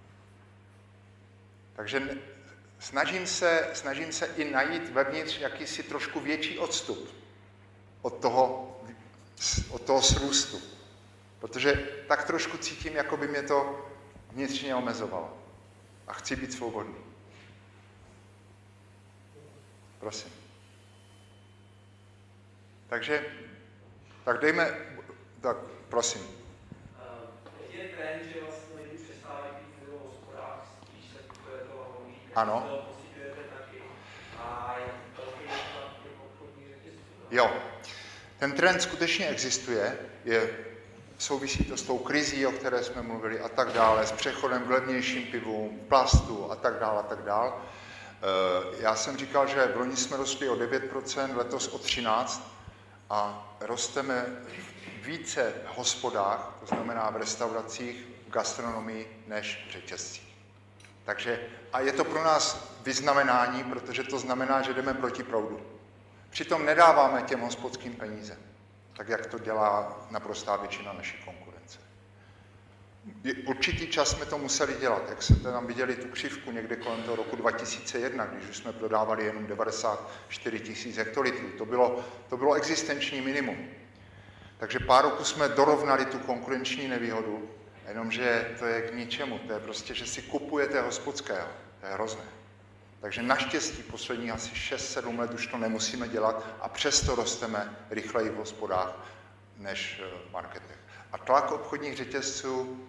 Takže snažím se i najít vevnitř jakýsi trošku větší odstup od toho srůstu. Protože tak trošku cítím, jako by mě to vnitřně omezovalo. A chci být svobodný. Prosím. Takže, tak prosím. Je trend, že vlastně lidi přestávají být v hospodách, spíš se kupuje toho honníka. Ano. To pocitujete taky. A je velký náklad těch obchodních řetězců. Jo. Ten trend skutečně existuje, souvisí to s tou krizí, o které jsme mluvili a tak dále, s přechodem k levnějším pivům, plastu a tak dále, a tak dále. Já jsem říkal, že v loni jsme rostli o 9%, letos o 13% a rosteme v více hospodách, to znamená v restauracích, v gastronomii, než v řetězcích. Takže, a je to pro nás vyznamenání, protože to znamená, že jdeme proti proudu. Přitom nedáváme těm hospodským peníze, tak jak to dělá naprostá většina naší konkurence. Určitý čas jsme to museli dělat, jak jste tam viděli tu křivku někde kolem toho roku 2001, když už jsme prodávali jenom 94 000 hektolitrů. To bylo existenční minimum. Takže pár roků jsme dorovnali tu konkurenční nevýhodu, jenomže to je k ničemu, to je prostě, že si kupujete hospodského, to je hrozné. Takže naštěstí posledních asi 6-7 let už to nemusíme dělat a přesto rosteme rychleji v hospodách než v marketech. A tlak obchodních řetězců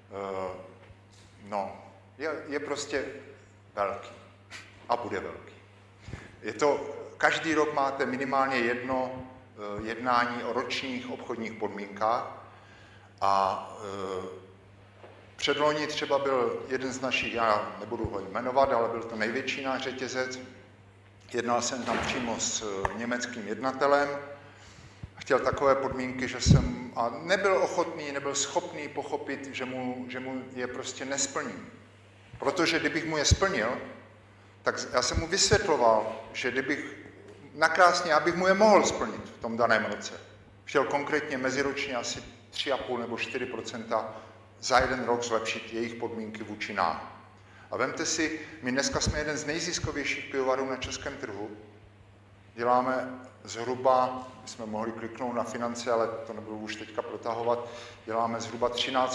je prostě velký a bude velký. Každý rok máte minimálně jedno jednání o ročních obchodních podmínkách a předloni třeba byl jeden z našich, já nebudu ho jmenovat, ale byl to největší náš řetězec. Jednal jsem tam přímo s německým jednatelem. Chtěl takové podmínky, že jsem nebyl ochotný, nebyl schopný pochopit, že mu je prostě nesplním. Protože kdybych mu je splnil, tak já jsem mu vysvětloval, že kdybych nakrásně, já bych mu je mohl splnit v tom daném roce. Chtěl konkrétně meziročně asi 3,5 nebo 4% za jeden rok zlepšit jejich podmínky vůči nám. A vemte si, my dneska jsme jeden z nejziskovějších pivovarů na českém trhu. Děláme zhruba, my jsme mohli kliknout na finance, ale to nebudu už teďka protahovat, děláme zhruba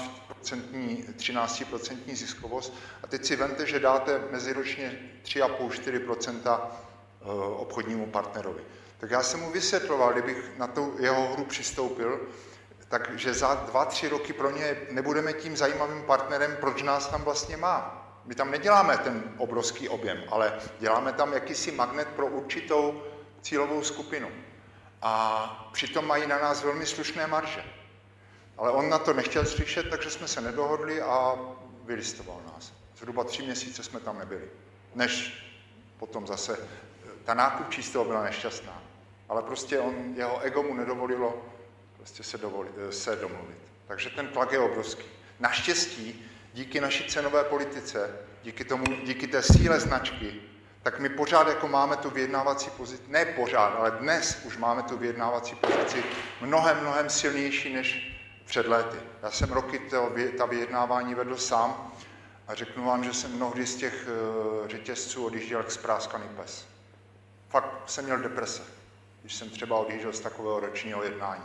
13% ziskovost. A teď si vemte, že dáte meziročně 3,5-4% obchodnímu partnerovi. Tak já jsem mu vysvětloval, kdybych na tu jeho hru přistoupil, takže za 2-3 roky pro ně nebudeme tím zajímavým partnerem, proč nás tam vlastně má. My tam neděláme ten obrovský objem, ale děláme tam jakýsi magnet pro určitou cílovou skupinu. A přitom mají na nás velmi slušné marže. Ale on na to nechtěl slyšet, takže jsme se nedohodli a vylistoval nás. Zhruba 3 měsíce jsme tam nebyli. Než potom zase ta nákupčí z toho byla nešťastná. Ale prostě jeho ego mu nedovolilo prostě se domluvit. Takže ten tlak je obrovský. Naštěstí, díky naší cenové politice, díky té síle značky, tak my pořád jako máme tu vyjednávací pozici, ne pořád, ale dnes už máme tu vyjednávací pozici mnohem silnější než před léty. Já jsem roky ta vyjednávání vedl sám a řeknu vám, že jsem mnohdy z těch řetězců odjížděl jak spráskaný pes. Fakt jsem měl deprese, když jsem třeba odjížděl z takového ročního jednání.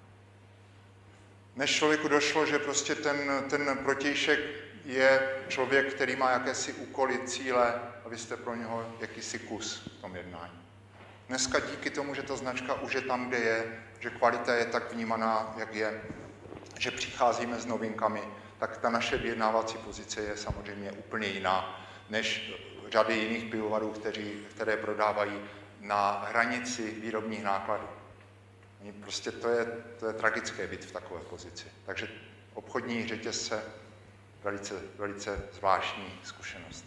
Než člověku došlo, že prostě ten protějšek je člověk, který má jakési úkoly, cíle a vy jste pro něho jakýsi kus v tom jednání. Dneska díky tomu, že ta značka už je tam, kde je, že kvalita je tak vnímaná, jak je, že přicházíme s novinkami, tak ta naše vyjednávací pozice je samozřejmě úplně jiná než řady jiných pivovarů, které prodávají na hranici výrobních nákladů. Prostě to je tragické být v takové pozici. Takže obchodní řetězce velice zvláštní zkušenost.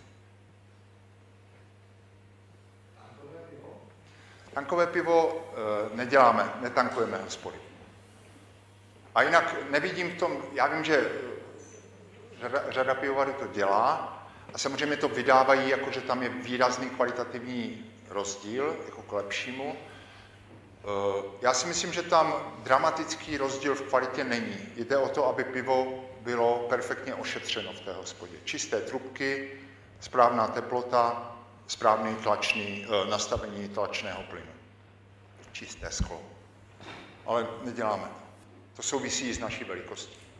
Tankové pivo neděláme, netankujeme hospody. A jinak nevidím v tom, já vím, že řada pivovarů to dělá a samozřejmě to vydávají, jakože tam je výrazný kvalitativní rozdíl, jako k lepšímu. Já si myslím, že tam dramatický rozdíl v kvalitě není. Jde o to, aby pivo bylo perfektně ošetřeno v té hospodě. Čisté trubky, správná teplota, správný nastavení tlačného plynu. Čisté sklo. Ale neděláme to. To souvisí s naší velikostí.